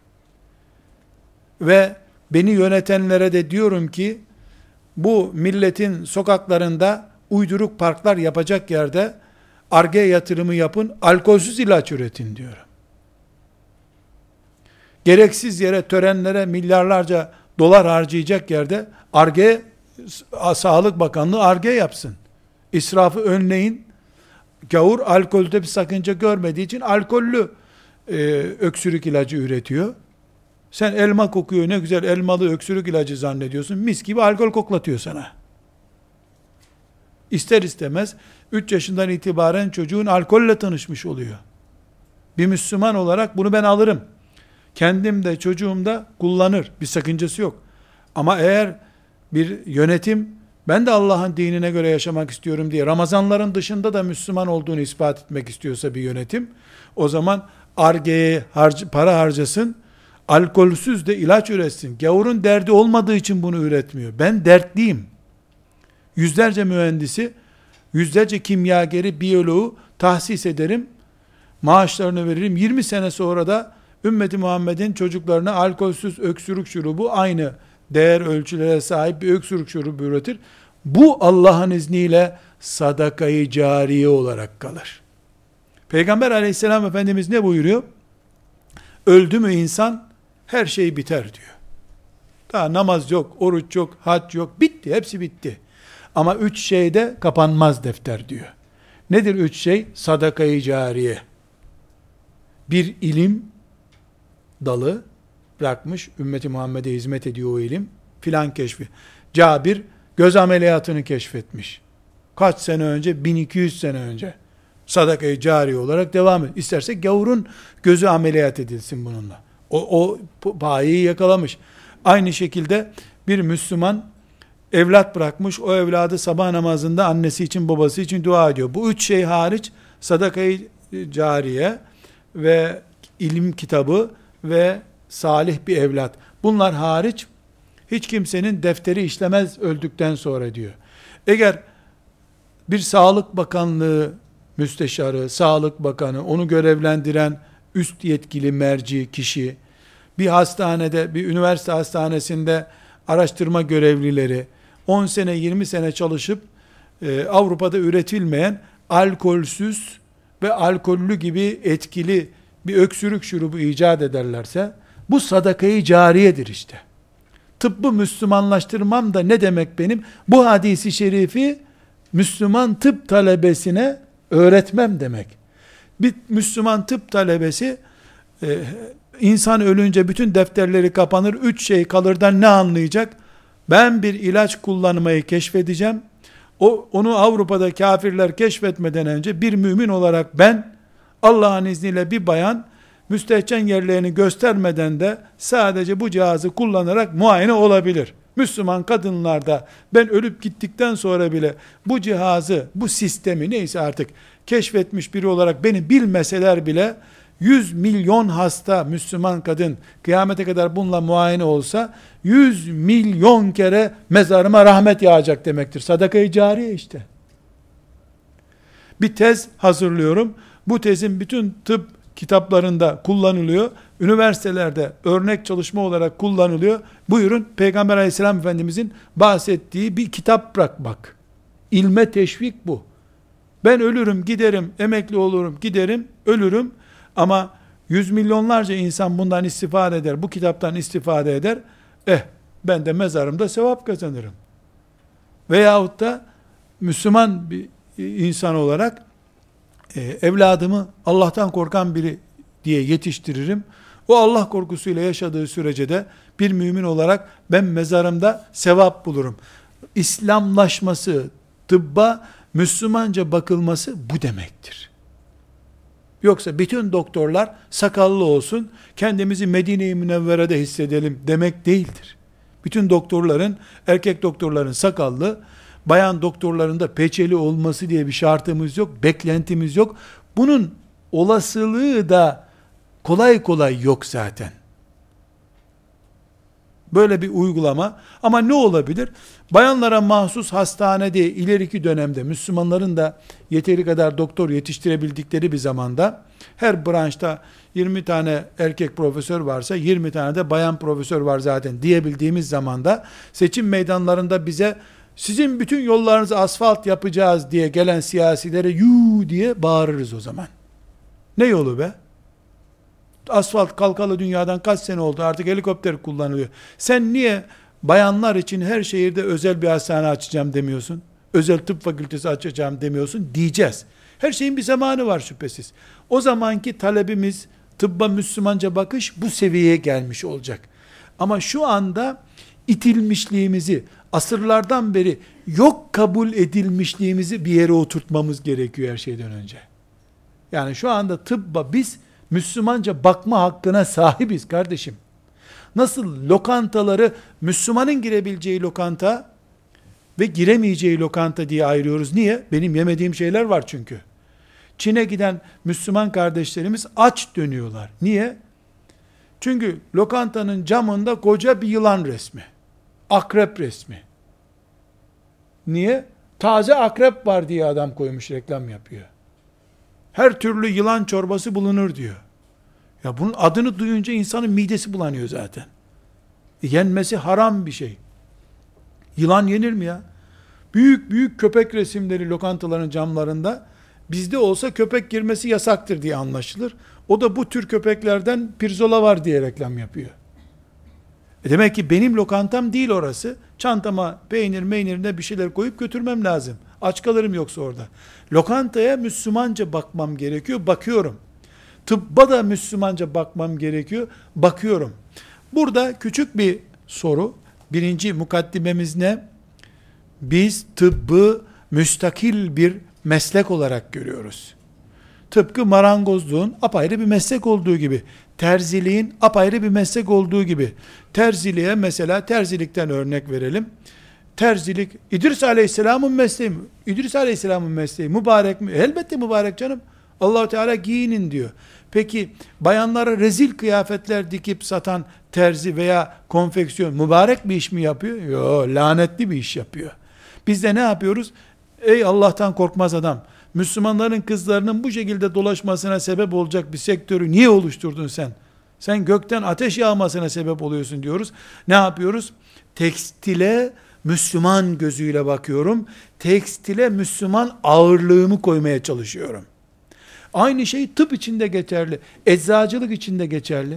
Ve beni yönetenlere de diyorum ki, bu milletin sokaklarında uyduruk parklar yapacak yerde Ar-Ge yatırımı yapın, alkolsüz ilaç üretin diyorum. Gereksiz yere, törenlere milyarlarca dolar harcayacak yerde Ar-Ge, Sağlık Bakanlığı Ar-Ge yapsın. İsrafı önleyin. Gavur alkolde bir sakınca görmediği için alkollü öksürük ilacı üretiyor. Sen elma kokuyor, ne güzel elmalı öksürük ilacı zannediyorsun. Mis gibi alkol koklatıyor sana. İster istemez 3 yaşından itibaren çocuğun alkolle tanışmış oluyor. Bir Müslüman olarak bunu ben alırım. Kendim de çocuğum da kullanır. Bir sakıncası yok. Ama eğer bir yönetim, ben de Allah'ın dinine göre yaşamak istiyorum diye Ramazanların dışında da Müslüman olduğunu ispat etmek istiyorsa bir yönetim, o zaman Ar-Ge'ye para harcasın, alkolsüz de ilaç üretsin. Gavurun derdi olmadığı için bunu üretmiyor. Ben dertliyim. Yüzlerce mühendisi, yüzlerce kimyageri, biyoloğu tahsis ederim, maaşlarını veririm. 20 sene sonra da ümmeti Muhammed'in çocuklarına alkolsüz öksürük şurubu, aynı değer ölçülere sahip bir öksürük şurubu üretir. Bu Allah'ın izniyle sadakayı cariye olarak kalır. Peygamber aleyhisselam Efendimiz ne buyuruyor? Öldü mü insan her şey biter diyor. Daha namaz yok, oruç yok, hac yok, bitti, hepsi bitti. Ama 3 şeyde kapanmaz defter diyor. Nedir 3 şey? Sadakayı cariye. Bir ilim dalı bırakmış, ümmeti Muhammed'e hizmet ediyor o ilim, filan keşfi. Cabir göz ameliyatını keşfetmiş. Kaç sene önce? 1200 sene önce. Sadakayı cari olarak devam ediyor. İsterse gavurun gözü ameliyat edilsin bununla. O payeyi yakalamış. Aynı şekilde bir Müslüman evlat bırakmış, o evladı sabah namazında annesi için babası için dua ediyor. Bu 3 şey hariç sadakayı cariye ve ilim kitabı ve salih bir evlat, bunlar hariç hiç kimsenin defteri işlemez öldükten sonra diyor. Eğer bir Sağlık Bakanlığı müsteşarı, Sağlık Bakanı, onu görevlendiren üst yetkili merci kişi, bir hastanede, bir üniversite hastanesinde araştırma görevlileri 10 sene 20 sene çalışıp Avrupa'da üretilmeyen alkolsüz ve alkollü gibi etkili bir öksürük şurubu icat ederlerse, bu sadakayı cariyedir işte. Tıbbı Müslümanlaştırmam da ne demek benim? Bu hadisi şerifi Müslüman tıp talebesine öğretmem demek. Bir Müslüman tıp talebesi, insan ölünce bütün defterleri kapanır, 3 şey kalırdan ne anlayacak? Ben bir ilaç kullanmayı keşfedeceğim. Onu Avrupa'da kafirler keşfetmeden önce bir mümin olarak ben, Allah'ın izniyle bir bayan, müstehcen yerlerini göstermeden de sadece bu cihazı kullanarak muayene olabilir. Müslüman kadınlar da ben ölüp gittikten sonra bile bu cihazı, bu sistemi neyse artık keşfetmiş biri olarak beni bilmeseler bile 100 milyon hasta Müslüman kadın kıyamete kadar bununla muayene olsa 100 milyon kere mezarıma rahmet yağacak demektir. Sadaka-i cariye işte. Bir tez hazırlıyorum. Bu tezin bütün tıp kitaplarında kullanılıyor. Üniversitelerde örnek çalışma olarak kullanılıyor. Buyurun, Peygamber aleyhisselam Efendimizin bahsettiği bir kitap bırakmak. İlme teşvik bu. Ben ölürüm, giderim, emekli olurum, giderim, ölürüm. Ama Yüz milyonlarca insan bundan istifade eder, bu kitaptan istifade eder. Ben de mezarımda sevap kazanırım. Veyahut da Müslüman bir insan olarak evladımı Allah'tan korkan biri diye yetiştiririm. O Allah korkusuyla yaşadığı sürece de bir mümin olarak ben mezarımda sevap bulurum. İslamlaşması, tıbba Müslümanca bakılması bu demektir. Yoksa bütün doktorlar sakallı olsun, kendimizi Medine-i Münevvere'de hissedelim demek değildir. Bütün doktorların, erkek doktorların sakallı, bayan doktorların da peçeli olması diye bir şartımız yok, beklentimiz yok. Bunun olasılığı da kolay kolay yok zaten. Böyle bir uygulama. Ama ne olabilir? Bayanlara mahsus hastane diye ileriki dönemde Müslümanların da yeteri kadar doktor yetiştirebildikleri bir zamanda her branşta 20 tane erkek profesör varsa 20 tane de bayan profesör var zaten diyebildiğimiz zamanda seçim meydanlarında bize sizin bütün yollarınızı asfalt yapacağız diye gelen siyasilere yuu diye bağırırız o zaman. Ne yolu be? Asfalt kalkalı dünyadan kaç sene oldu, artık helikopter kullanılıyor. Sen niye bayanlar için her şehirde özel bir hastane açacağım demiyorsun? Özel tıp fakültesi açacağım demiyorsun diyeceğiz. Her şeyin bir zamanı var şüphesiz. O zamanki talebimiz, tıbba Müslümanca bakış bu seviyeye gelmiş olacak. Ama şu anda itilmişliğimizi, asırlardan beri yok kabul edilmişliğimizi bir yere oturtmamız gerekiyor her şeyden önce. Yani şu anda tıbba biz Müslümanca bakma hakkına sahibiz kardeşim. Nasıl lokantaları Müslümanın girebileceği lokanta ve giremeyeceği lokanta diye ayırıyoruz. Niye? Benim yemediğim şeyler var çünkü. Çin'e giden Müslüman kardeşlerimiz aç dönüyorlar. Niye? Çünkü lokantanın camında koca bir yılan resmi. Akrep resmi. Niye? Taze akrep var diye adam koymuş, reklam yapıyor. Her türlü yılan çorbası bulunur diyor. Ya bunun adını duyunca insanın midesi bulanıyor zaten. Yenmesi haram bir şey. Yılan yenir mi ya? Büyük büyük köpek resimleri lokantaların camlarında, bizde olsa köpek girmesi yasaktır diye anlaşılır. O da bu tür köpeklerden pirzola var diye reklam yapıyor. Demek ki benim lokantam değil orası. Çantama peynir meynirine bir şeyler koyup götürmem lazım. Aç kalırım yoksa orada. Lokantaya Müslümanca bakmam gerekiyor. Bakıyorum. Tıbba da Müslümanca bakmam gerekiyor. Bakıyorum. Burada küçük bir soru. Birinci mukaddimemiz ne? Biz tıbbı müstakil bir meslek olarak görüyoruz. Tıpkı marangozluğun apayrı bir meslek olduğu gibi, terziliğin apayrı bir meslek olduğu gibi, terziliğe mesela terzilikten örnek verelim. Terzilik, İdris Aleyhisselam'ın mesleği mi? İdris Aleyhisselam'ın mesleği mübarek mi? Elbette mübarek canım. Allah-u Teala giyinin diyor. Peki bayanlara rezil kıyafetler dikip satan terzi veya konfeksiyon mübarek bir iş mi yapıyor? Yok, lanetli bir iş yapıyor. Biz de ne yapıyoruz? Ey Allah'tan korkmaz adam, Müslümanların kızlarının bu şekilde dolaşmasına sebep olacak bir sektörü niye oluşturdun sen? Sen gökten ateş yağmasına sebep oluyorsun diyoruz. Ne yapıyoruz? Tekstile Müslüman gözüyle bakıyorum. Tekstile Müslüman ağırlığımı koymaya çalışıyorum. Aynı şey tıp içinde geçerli. Eczacılık içinde geçerli.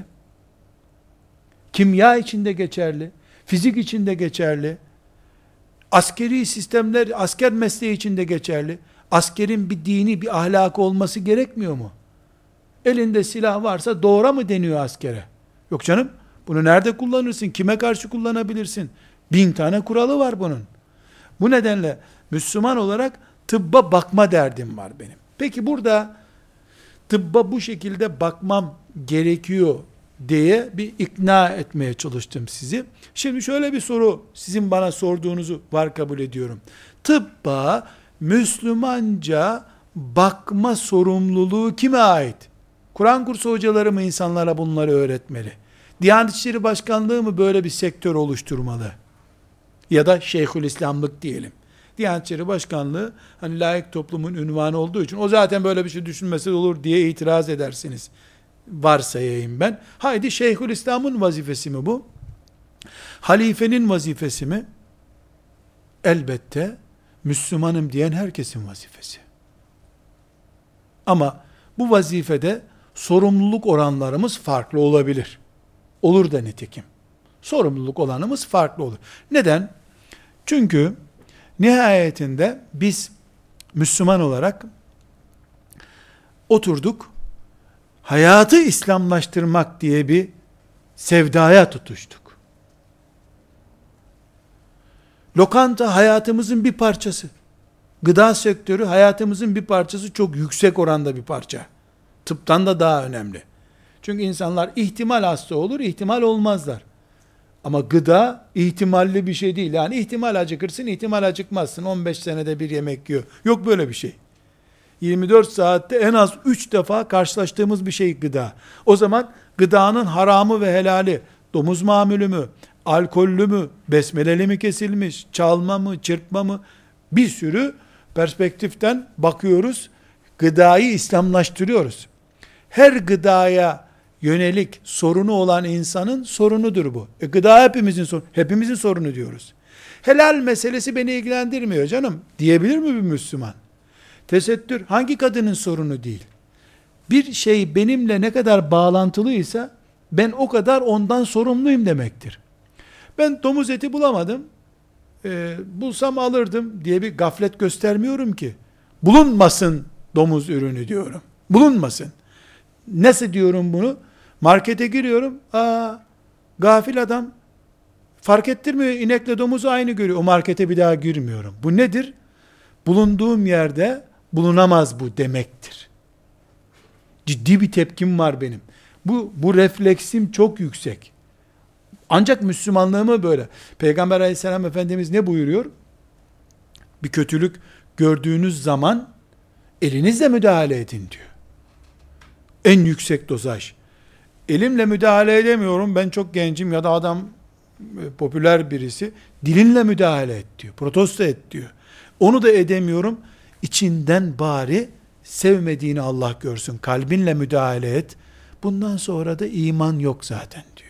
Kimya içinde geçerli. Fizik içinde geçerli. Askeri sistemler, asker mesleği içinde geçerli. Askerin bir dini, bir ahlakı olması gerekmiyor mu? Elinde silah varsa doğra mı deniyor askere? Yok canım. Bunu nerede kullanırsın? Kime karşı kullanabilirsin? 1000 tane kuralı var bunun. Bu nedenle Müslüman olarak tıbba bakma derdim var benim. Peki burada tıbba bu şekilde bakmam gerekiyor diye bir ikna etmeye çalıştım sizi. Şimdi şöyle bir soru, sizin bana sorduğunuzu var kabul ediyorum. Tıbba Müslümanca bakma sorumluluğu kime ait? Kur'an kursu hocaları mı insanlara bunları öğretmeli? Diyanet İşleri Başkanlığı mı böyle bir sektör oluşturmalı? Ya da Şeyhülislamlık diyelim. Diyanet İşleri Başkanlığı hani layık toplumun ünvanı olduğu için o zaten böyle bir şey düşünmesi olur diye itiraz edersiniz. Varsayayım ben. Haydi Şeyhülislam'ın vazifesi mi bu? Halifenin vazifesi mi? Elbette Müslümanım diyen herkesin vazifesi. Ama bu vazifede sorumluluk oranlarımız farklı olabilir. Olur da nitekim. Sorumluluk olanımız farklı olur. Neden? Çünkü nihayetinde biz Müslüman olarak oturduk, hayatı İslamlaştırmak diye bir sevdaya tutuştuk. Lokanta hayatımızın bir parçası. Gıda sektörü hayatımızın bir parçası, çok yüksek oranda bir parça. Tıptan da daha önemli. Çünkü insanlar ihtimal hasta olur, ihtimal olmazlar. Ama gıda ihtimalli bir şey değil. Yani ihtimal acıkırsın, ihtimal acıkmazsın. 15 senede bir yemek yiyor. Yok böyle bir şey. 24 saatte en az 3 defa karşılaştığımız bir şey gıda. O zaman gıdanın haramı ve helali, domuz mamülü mü, alkollü mü, besmeleli mi kesilmiş, çalma mı, çırpma mı, bir sürü perspektiften bakıyoruz. Gıdayı İslamlaştırıyoruz. Her gıdaya yönelik sorunu olan insanın sorunudur bu. Gıda hepimizin sorunu. Hepimizin sorunu diyoruz. Helal meselesi beni ilgilendirmiyor canım diyebilir mi bir Müslüman? Tesettür hangi kadının sorunu değil? Bir şey benimle ne kadar bağlantılıysa ben o kadar ondan sorumluyum demektir. Ben domuz eti bulamadım, bulsam alırdım diye bir gaflet göstermiyorum ki. Bulunmasın domuz ürünü diyorum. Bulunmasın. Nasıl diyorum bunu? Markete giriyorum. Gafil adam fark ettirmiyor, inekle domuzu aynı görüyor. O markete bir daha girmiyorum. Bu nedir? Bulunduğum yerde bulunamaz bu demektir. Ciddi bir tepkim var benim. Bu refleksim çok yüksek. Ancak Müslümanlığımı böyle. Peygamber aleyhisselam Efendimiz ne buyuruyor? Bir kötülük gördüğünüz zaman elinizle müdahale edin diyor. En yüksek dozaj. Elimle müdahale edemiyorum, ben çok gencim ya da adam popüler birisi, dilinle müdahale et diyor. Protesto et diyor. Onu da edemiyorum. İçinden bari sevmediğini Allah görsün. Kalbinle müdahale et. Bundan sonra da iman yok zaten diyor.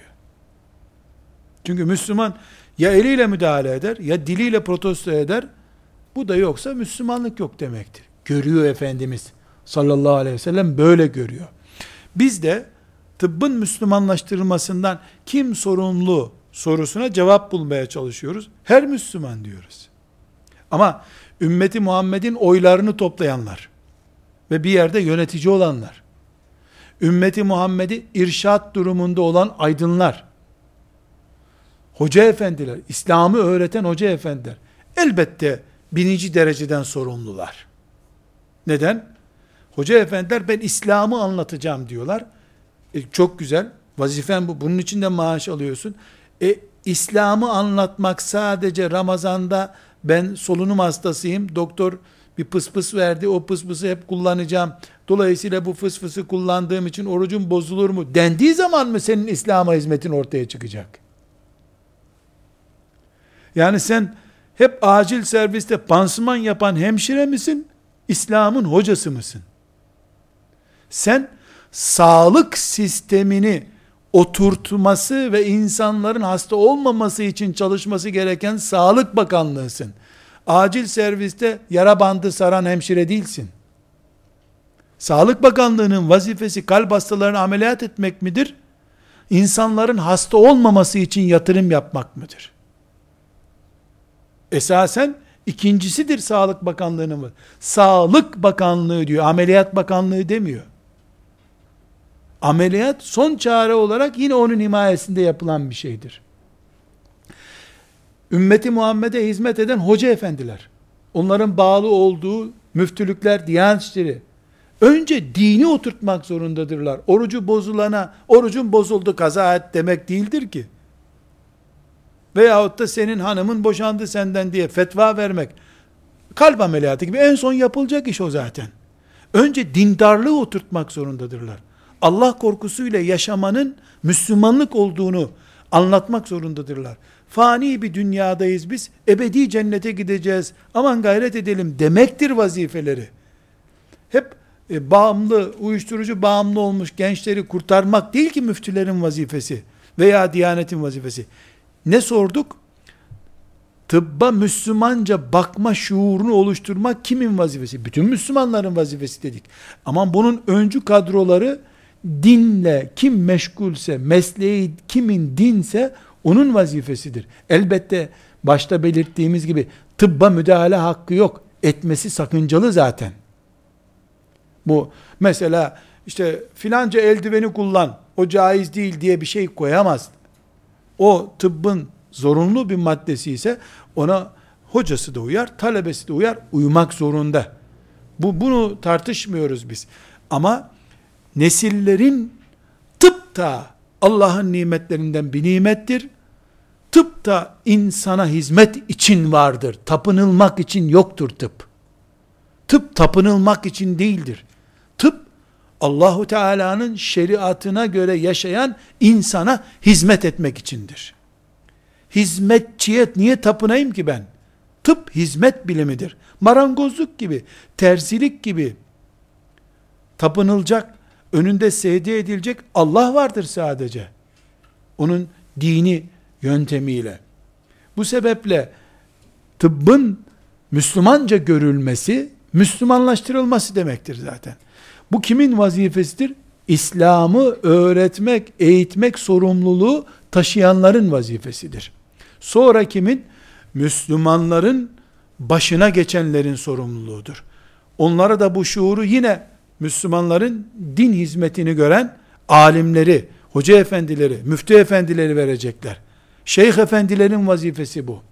Çünkü Müslüman ya eliyle müdahale eder ya diliyle protesto eder. Bu da yoksa Müslümanlık yok demektir. Görüyor Efendimiz sallallahu aleyhi ve sellem, böyle görüyor. Biz de tıbbın Müslümanlaştırılmasından kim sorumlu sorusuna cevap bulmaya çalışıyoruz. Her Müslüman diyoruz. Ama ümmeti Muhammed'in oylarını toplayanlar ve bir yerde yönetici olanlar, ümmeti Muhammed'i irşat durumunda olan aydınlar, hoca efendiler, İslam'ı öğreten hoca efendiler, elbette birinci dereceden sorumlular. Neden? Hoca efendiler ben İslam'ı anlatacağım diyorlar. Çok güzel, vazifen bu, bunun için de maaş alıyorsun. İslam'ı anlatmak sadece Ramazan'da ben solunum hastasıyım, doktor bir pıspıs verdi, o pıspısı hep kullanacağım, dolayısıyla bu fısfısı kullandığım için orucum bozulur mu dendiği zaman mı senin İslam'a hizmetin ortaya çıkacak? Yani sen hep acil serviste pansuman yapan hemşire misin? İslam'ın hocası mısın? Sen sağlık sistemini oturtması ve insanların hasta olmaması için çalışması gereken Sağlık Bakanlığısın. Acil serviste yara bandı saran hemşire değilsin. Sağlık Bakanlığı'nın vazifesi kalp hastalarını ameliyat etmek midir? İnsanların hasta olmaması için yatırım yapmak mıdır? Esasen ikincisidir Sağlık Bakanlığı'nın. Sağlık Bakanlığı diyor, Ameliyat Bakanlığı demiyor. Ameliyat son çare olarak yine onun himayesinde yapılan bir şeydir. Ümmeti Muhammed'e hizmet eden hoca efendiler, onların bağlı olduğu müftülükler, diyanet işleri, önce dini oturtmak zorundadırlar. Orucu bozulana, orucun bozuldu kaza et demek değildir ki. Veyahut da senin hanımın boşandı senden diye fetva vermek, kalp ameliyatı gibi en son yapılacak iş o zaten. Önce dindarlığı oturtmak zorundadırlar. Allah korkusuyla yaşamanın Müslümanlık olduğunu anlatmak zorundadırlar. Fani bir dünyadayız biz, ebedi cennete gideceğiz, aman gayret edelim demektir vazifeleri. Hep bağımlı, uyuşturucu bağımlı olmuş gençleri kurtarmak değil ki müftülerin vazifesi veya diyanetin vazifesi. Ne sorduk? Tıbba Müslümanca bakma şuurunu oluşturmak kimin vazifesi? Bütün Müslümanların vazifesi dedik. Ama bunun öncü kadroları dinle kim meşgulse, mesleği kimin dinse onun vazifesidir. Elbette başta belirttiğimiz gibi tıbba müdahale hakkı yok. Etmesi sakıncalı zaten. Bu mesela işte filanca eldiveni kullan, o caiz değil diye bir şey koyamaz. O tıbbın zorunlu bir maddesi ise ona hocası da uyar, talebesi de uyar, uymak zorunda. Bunu tartışmıyoruz biz. Ama nesillerin tıp da Allah'ın nimetlerinden bir nimettir. Tıp da insana hizmet için vardır. Tapınılmak için yoktur tıp. Tıp tapınılmak için değildir. Tıp Allahu Teala'nın şeriatına göre yaşayan insana hizmet etmek içindir. Hizmetçiye niye tapınayım ki ben? Tıp hizmet bilimidir. Marangozluk gibi, terzilik gibi tapınılacak, önünde secde edilecek Allah vardır sadece. Onun dini yöntemiyle. Bu sebeple tıbbın Müslümanca görülmesi, Müslümanlaştırılması demektir zaten. Bu kimin vazifesidir? İslam'ı öğretmek, eğitmek sorumluluğu taşıyanların vazifesidir. Sonra kimin? Müslümanların başına geçenlerin sorumluluğudur. Onlara da bu şuuru yine Müslümanların din hizmetini gören alimleri, hoca efendileri, müftü efendileri verecekler. Şeyh efendilerin vazifesi bu.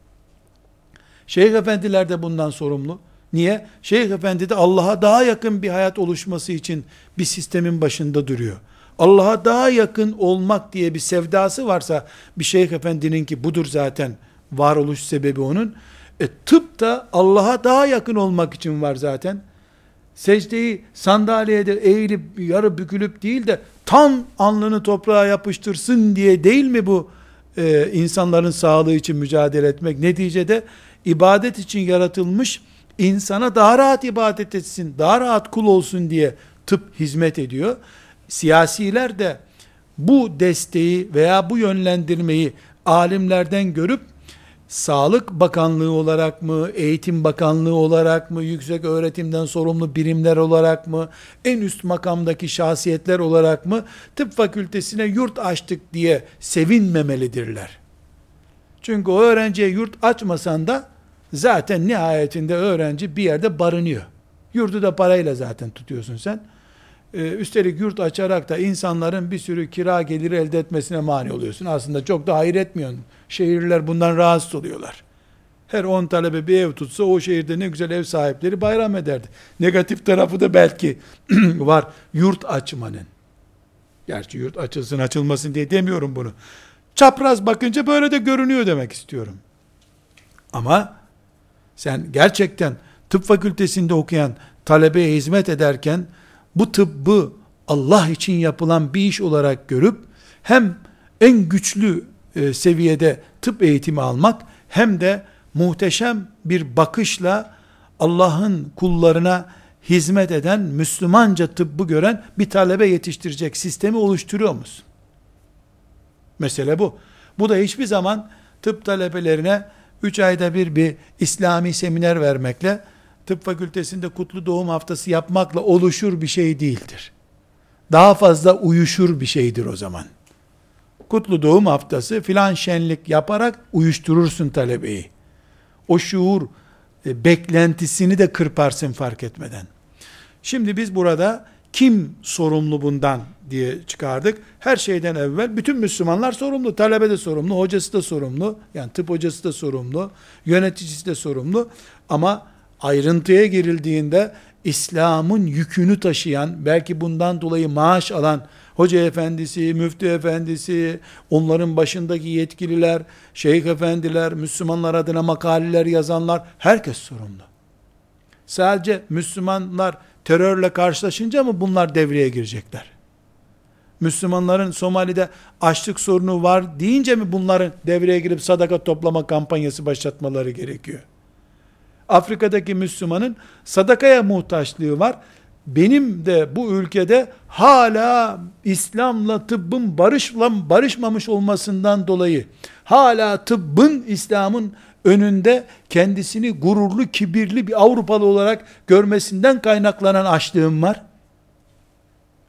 Şeyh efendiler de bundan sorumlu. Niye? Şeyh efendi de Allah'a daha yakın bir hayat oluşması için bir sistemin başında duruyor. Allah'a daha yakın olmak diye bir sevdası varsa bir şeyh efendinin, ki budur zaten varoluş sebebi onun. Tıp da Allah'a daha yakın olmak için var zaten. Secdeyi sandalyede eğilip yarı bükülüp değil de tam alnını toprağa yapıştırsın diye değil mi bu insanların sağlığı için mücadele etmek? Neticede ibadet için yaratılmış, insana daha rahat ibadet etsin, daha rahat kul olsun diye tıp hizmet ediyor. Siyasiler de bu desteği veya bu yönlendirmeyi alimlerden görüp Sağlık Bakanlığı olarak mı, Eğitim Bakanlığı olarak mı, yüksek öğretimden sorumlu birimler olarak mı, en üst makamdaki şahsiyetler olarak mı, tıp fakültesine yurt açtık diye sevinmemelidirler. Çünkü o öğrenciye yurt açmasan da zaten nihayetinde öğrenci bir yerde barınıyor. Yurdu da parayla zaten tutuyorsun sen. Üstelik yurt açarak da insanların bir sürü kira geliri elde etmesine mani oluyorsun. Aslında çok da hayır etmiyorsun. Şehirler bundan rahatsız oluyorlar. Her 10 talebe bir ev tutsa o şehirde ne güzel ev sahipleri bayram ederdi. Negatif tarafı da belki var yurt açmanın. Gerçi yurt açılsın açılmasın diye demiyorum bunu. Çapraz bakınca böyle de görünüyor demek istiyorum. Ama sen gerçekten tıp fakültesinde okuyan talebeye hizmet ederken bu tıbbı Allah için yapılan bir iş olarak görüp hem en güçlü seviyede tıp eğitimi almak hem de muhteşem bir bakışla Allah'ın kullarına hizmet eden, Müslümanca tıbbı gören bir talebe yetiştirecek sistemi oluşturuyor musun? Mesele bu. Bu da hiçbir zaman tıp talebelerine 3 ayda bir İslami seminer vermekle, tıp fakültesinde kutlu doğum haftası yapmakla oluşur bir şey değildir. Daha fazla uyuşur bir şeydir o zaman. Kutlu doğum haftası filan şenlik yaparak uyuşturursun talebeyi. O şuur beklentisini de kırparsın fark etmeden. Şimdi biz burada kim sorumlu bundan diye çıkardık. Her şeyden evvel bütün Müslümanlar sorumlu. Talebe de sorumlu, hocası da sorumlu. Yani tıp hocası da sorumlu, yöneticisi de sorumlu. Ama ayrıntıya girildiğinde İslam'ın yükünü taşıyan, belki bundan dolayı maaş alan hoca efendisi, müftü efendisi, onların başındaki yetkililer, şeyh efendiler, Müslümanlar adına makaleler yazanlar, herkes sorumlu. Sadece Müslümanlar terörle karşılaşınca mı bunlar devreye girecekler? Müslümanların Somali'de açlık sorunu var deyince mi bunların devreye girip sadaka toplama kampanyası başlatmaları gerekiyor? Afrika'daki Müslümanın sadakaya muhtaçlığı var. Benim de bu ülkede hala İslam'la tıbbın barışmamış olmasından dolayı hala tıbbın İslam'ın önünde kendisini gururlu, kibirli bir Avrupalı olarak görmesinden kaynaklanan açlığım var.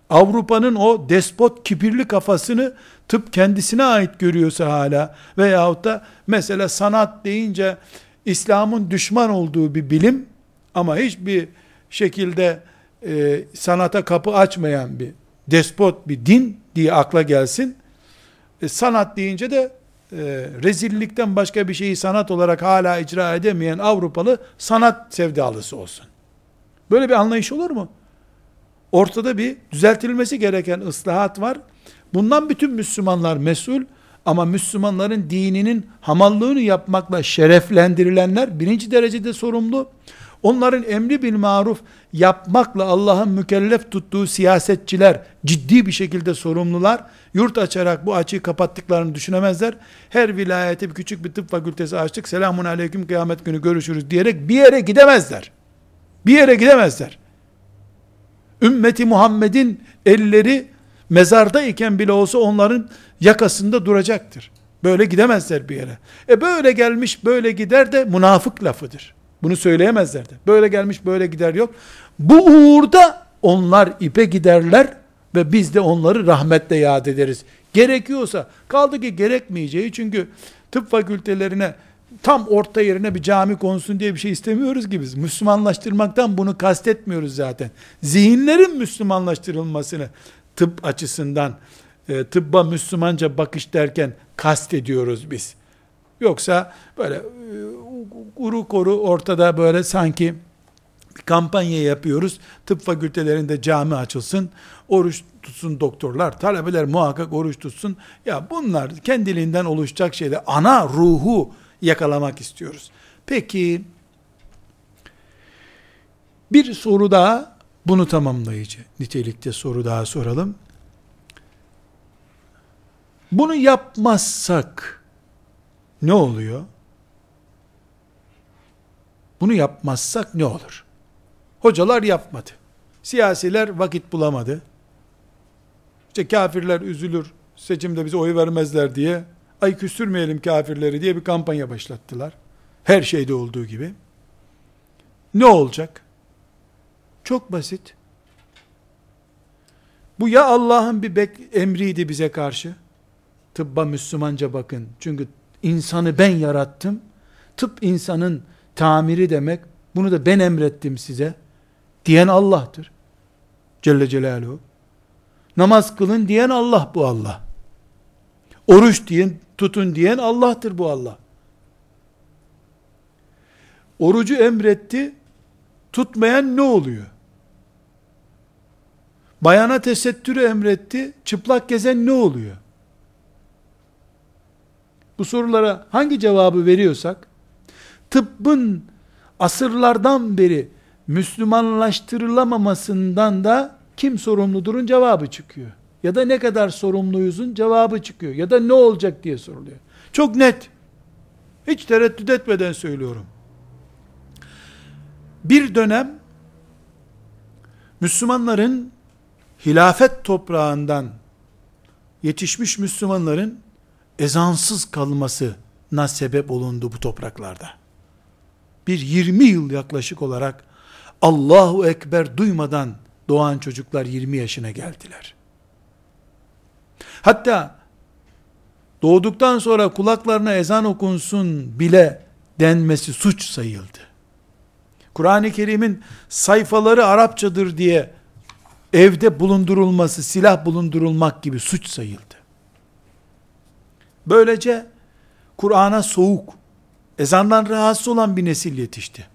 Avrupa'nın o despot kibirli kafasını tıp kendisine ait görüyorsa hala, veyahut da mesela sanat deyince İslam'ın düşman olduğu bir bilim ama hiçbir şekilde sanata kapı açmayan bir despot bir din diye akla gelsin. Sanat deyince de rezillikten başka bir şeyi sanat olarak hala icra edemeyen Avrupalı sanat sevdalısı olsun. Böyle bir anlayış olur mu? Ortada bir düzeltilmesi gereken ıslahat var. Bundan bütün Müslümanlar mesul, ama Müslümanların dininin hamallığını yapmakla şereflendirilenler birinci derecede sorumlu. Onların emri bil maruf yapmakla Allah'ın mükellef tuttuğu siyasetçiler ciddi bir şekilde sorumlular. Yurt açarak bu açığı kapattıklarını düşünemezler. Her vilayete bir küçük bir tıp fakültesi açtık, selamun aleyküm kıyamet günü görüşürüz diyerek bir yere gidemezler. Bir yere gidemezler. Ümmeti Muhammed'in elleri mezarda iken bile olsa onların yakasında duracaktır. Böyle gidemezler bir yere. Böyle gelmiş böyle gider de münafık lafıdır. Bunu söyleyemezler de. Böyle gelmiş böyle gider yok. Bu uğurda onlar ipe giderler ve biz de onları rahmetle yad ederiz. Gerekiyorsa, kaldı ki gerekmeyeceği, çünkü tıp fakültelerine tam orta yerine bir cami konsun diye bir şey istemiyoruz ki biz. Müslümanlaştırmaktan bunu kastetmiyoruz zaten. Zihinlerin Müslümanlaştırılmasını tıp açısından, tıbba Müslümanca bakış derken kastediyoruz biz. Yoksa böyle kuru koru ortada böyle sanki bir kampanya yapıyoruz. Tıp fakültelerinde cami açılsın, oruç tutsun doktorlar, talebeler muhakkak oruç tutsun. Ya bunlar kendiliğinden oluşacak şeyler. Ana ruhu yakalamak istiyoruz. Peki, bir soru daha, bunu tamamlayıcı nitelikte soru daha soralım. Bunu yapmazsak ne oluyor? Bunu yapmazsak ne olur? Hocalar yapmadı. Siyasiler vakit bulamadı. İşte kafirler üzülür, seçimde bize oy vermezler diye, ay küstürmeyelim kafirleri diye bir kampanya başlattılar. Her şeyde olduğu gibi. Ne olacak? Çok basit. Bu ya Allah'ın bir emriydi bize karşı. Tıbba Müslümanca bakın. Çünkü insanı ben yarattım. Tıp insanın tamiri demek. Bunu da ben emrettim size diyen Allah'tır. Celle Celaluhu. Namaz kılın diyen Allah bu Allah. Oruç diyen, tutun diyen Allah'tır bu Allah. Orucu emretti. Tutmayan ne oluyor? Bayana tesettürü emretti. Çıplak gezen ne oluyor? Bu sorulara hangi cevabı veriyorsak, tıbbın asırlardan beri Müslümanlaştırılamamasından da kim sorumludurun cevabı çıkıyor. Ya da ne kadar sorumluyuzun cevabı çıkıyor. Ya da ne olacak diye soruluyor. Çok net. Hiç tereddüt etmeden söylüyorum. Bir dönem Müslümanların hilafet toprağından yetişmiş Müslümanların ezansız kalmasına sebep olundu bu topraklarda. Bir 20 yıl yaklaşık olarak Allahu Ekber duymadan doğan çocuklar 20 yaşına geldiler. Hatta doğduktan sonra kulaklarına ezan okunsun bile denmesi suç sayıldı. Kur'an-ı Kerim'in sayfaları Arapçadır diye evde bulundurulması, silah bulundurulmak gibi suç sayıldı. Böylece Kur'an'a soğuk, ezandan rahatsız olan bir nesil yetişti.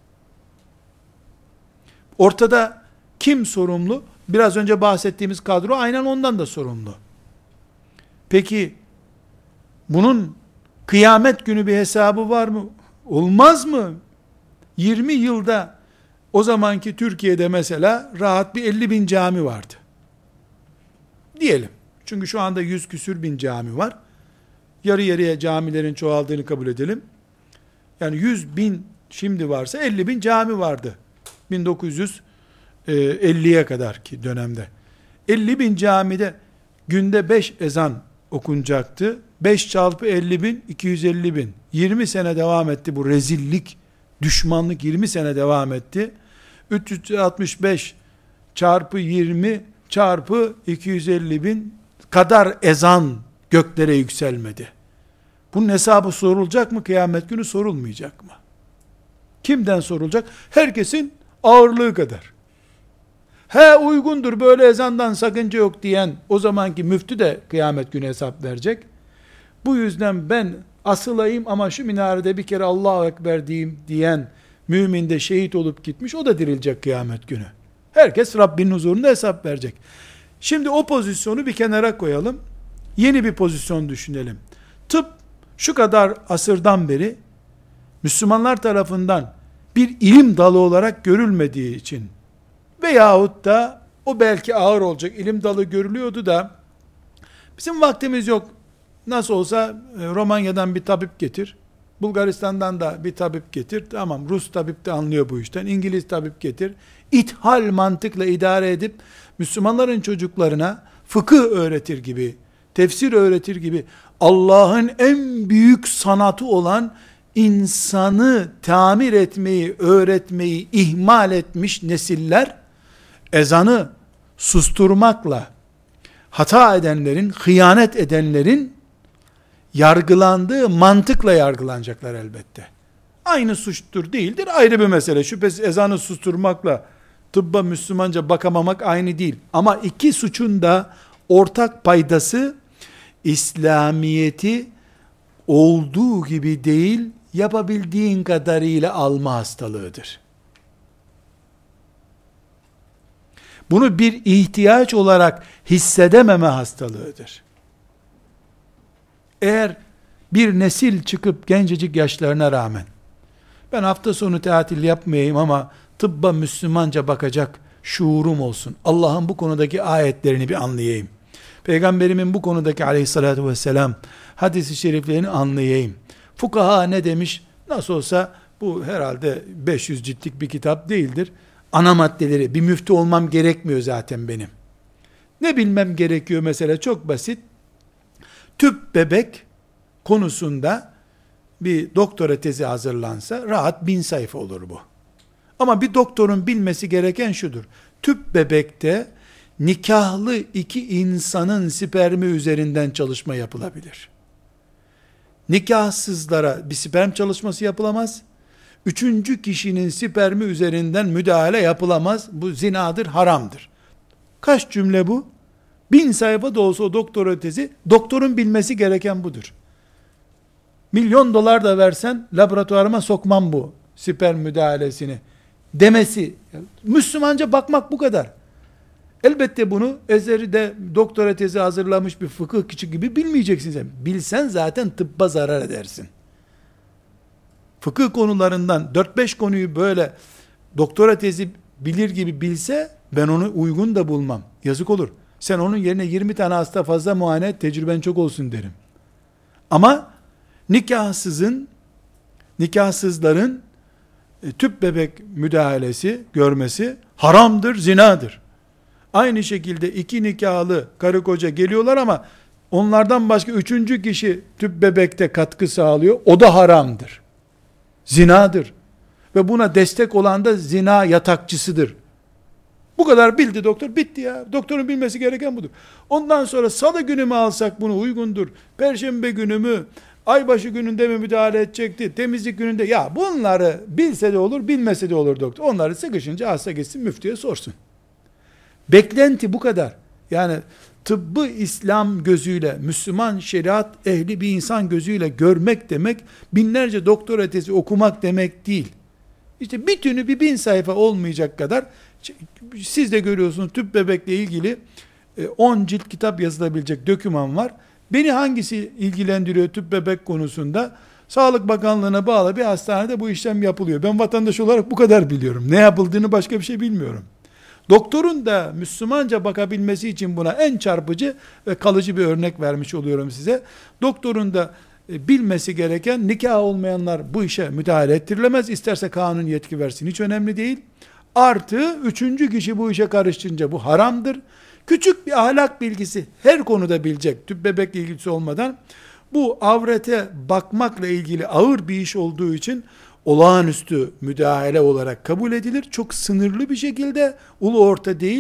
Ortada kim sorumlu? Biraz önce bahsettiğimiz kadro aynen ondan da sorumlu. Peki bunun kıyamet günü bir hesabı var mı? Olmaz mı? 20 yılda o zamanki Türkiye'de mesela rahat bir 50 bin cami vardı. Diyelim. Çünkü şu anda 100 küsür bin cami var. Yarı yarıya camilerin çoğaldığını kabul edelim. Yani 100 bin şimdi varsa 50 bin cami vardı. 1950'ye kadar ki dönemde. 50 bin camide günde 5 ezan okunacaktı. 5 çarpı 50 bin, 250 bin. 20 sene devam etti bu rezillik, düşmanlık 20 sene devam etti. 365 çarpı 20 çarpı 250 bin kadar ezan göklere yükselmedi. Bunun hesabı sorulacak mı? Kıyamet günü sorulmayacak mı? Kimden sorulacak? Herkesin ağırlığı kadar. He uygundur, böyle ezandan sakınca yok diyen o zamanki müftü de kıyamet günü hesap verecek. Bu yüzden ben asılayım ama şu minarede bir kere Allahu Ekber diyeyim diyen mümin de şehit olup gitmiş, o da dirilecek kıyamet günü. Herkes Rabbinin huzurunda hesap verecek. Şimdi o pozisyonu bir kenara koyalım. Yeni bir pozisyon düşünelim. Tıp şu kadar asırdan beri Müslümanlar tarafından bir ilim dalı olarak görülmediği için veyahut da o belki ağır olacak ilim dalı görülüyordu da bizim vaktimiz yok. Nasıl olsa Romanya'dan bir tabip getir, Bulgaristan'dan da bir tabip getir. Tamam, Rus tabip de anlıyor bu işten. İngiliz tabip getir. İthal mantıkla idare edip Müslümanların çocuklarına fıkıh öğretir gibi, tefsir öğretir gibi Allah'ın en büyük sanatı olan insanı tamir etmeyi, öğretmeyi ihmal etmiş nesiller, ezanı susturmakla hata edenlerin, hıyanet edenlerin yargılandığı mantıkla yargılanacaklar elbette. Aynı suçtur değildir, ayrı bir mesele. Şüphesiz ezanı susturmakla tıbba Müslümanca bakamamak aynı değil. Ama iki suçun da ortak paydası, İslamiyeti olduğu gibi değil, yapabildiğin kadarıyla alma hastalığıdır. Bunu bir ihtiyaç olarak hissedememe hastalığıdır. Eğer bir nesil çıkıp gencecik yaşlarına rağmen ben hafta sonu tatil yapmayayım ama tıbba Müslümanca bakacak şuurum olsun, Allah'ın bu konudaki ayetlerini bir anlayayım, Peygamberimin bu konudaki aleyhissalatü vesselam hadis-i şeriflerini anlayayım, fukaha ne demiş, nasıl olsa bu herhalde 500 ciltlik bir kitap değildir, ana maddeleri, bir müftü olmam gerekmiyor zaten benim. Ne bilmem gerekiyor mesela, çok basit. Tüp bebek konusunda bir doktora tezi hazırlansa rahat 1000 sayfa olur bu. Ama bir doktorun bilmesi gereken şudur: tüp bebekte nikahlı iki insanın spermi üzerinden çalışma yapılabilir. Nikahsızlara bir sperm çalışması yapılamaz. Üçüncü kişinin spermi üzerinden müdahale yapılamaz. Bu zinadır, haramdır. Kaç cümle bu? 1000 sayfa da olsa o doktora tezi, doktorun bilmesi gereken budur. $1.000.000 da versen laboratuvarıma sokmam bu sperm müdahalesini demesi. Müslümanca bakmak bu kadar. Elbette bunu ezeri de doktora tezi hazırlamış bir fıkıh kişi gibi bilmeyeceksin sen. Bilsen zaten tıbba zarar edersin. Fıkıh konularından 4-5 konuyu böyle doktora tezi bilir gibi bilse ben onu uygun da bulmam. Yazık olur. Sen onun yerine 20 tane hasta fazla muayene et, tecrüben çok olsun derim. Ama nikahsızların tüp bebek müdahalesi görmesi haramdır, zinadır. Aynı şekilde iki nikahlı karı koca geliyorlar ama onlardan başka üçüncü kişi tüp bebekte katkı sağlıyor. O da haramdır. Zinadır. Ve buna destek olan da zina yatakçısıdır. Bu kadar bildi doktor, bitti ya. Doktorun bilmesi gereken budur. Ondan sonra salı günü mü alsak bunu uygundur? Perşembe günü mü? Aybaşı gününde mi müdahale edecekti? Temizlik gününde. Ya bunları bilse de olur, bilmese de olur doktor. Onları sıkışınca hasta gitsin müftüye sorsun. Beklenti bu kadar. Yani tıbbı İslam gözüyle, Müslüman şeriat ehli bir insan gözüyle görmek demek, binlerce doktora tezi okumak demek değil. İşte bütünü bir 1000 sayfa olmayacak kadar, siz de görüyorsunuz tüp bebekle ilgili 10 cilt kitap yazılabilecek doküman var. Beni hangisi ilgilendiriyor tüp bebek konusunda? Sağlık Bakanlığı'na bağlı bir hastanede bu işlem yapılıyor. Ben vatandaş olarak bu kadar biliyorum. Ne yapıldığını başka bir şey bilmiyorum. Doktorun da Müslümanca bakabilmesi için buna en çarpıcı ve kalıcı bir örnek vermiş oluyorum size. Doktorun da bilmesi gereken, nikah olmayanlar bu işe müdahale ettirilemez. İsterse kanun yetki versin, hiç önemli değil. Artı üçüncü kişi bu işe karışınca bu haramdır. Küçük bir ahlak bilgisi her konuda bilecek, tüp bebekle ilgisi olmadan. Bu avrete bakmakla ilgili ağır bir iş olduğu için olağanüstü müdahale olarak kabul edilir. Çok sınırlı bir şekilde, ulu orta değil,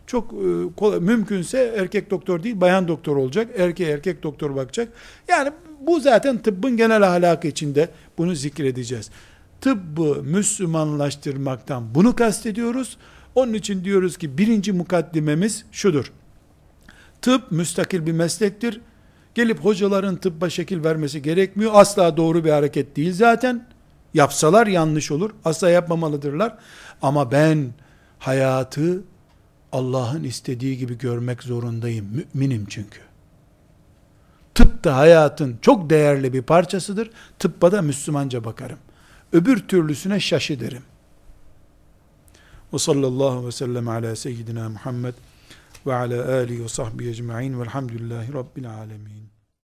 Çok mümkünse erkek doktor değil, bayan doktor olacak. Erkeğe erkek doktor bakacak. Yani bu zaten tıbbın genel ahlakı içinde, bunu zikredeceğiz. Tıbbı Müslümanlaştırmaktan bunu kastediyoruz. Onun için diyoruz ki birinci mukaddimemiz şudur: tıp müstakil bir meslektir. Gelip hocaların tıbba şekil vermesi gerekmiyor. Asla doğru bir hareket değil zaten. Yapsalar yanlış olur. Asla yapmamalıdırlar. Ama ben hayatı Allah'ın istediği gibi görmek zorundayım. Müminim çünkü. Tıp da hayatın çok değerli bir parçasıdır. Tıbba da Müslümanca bakarım. Öbür türlüsüne şaşı derim. Ve sallallahu ve sellem ala seyyidina Muhammed ve ala alihi ve sahbihi ecma'in velhamdülillahi rabbil alemin.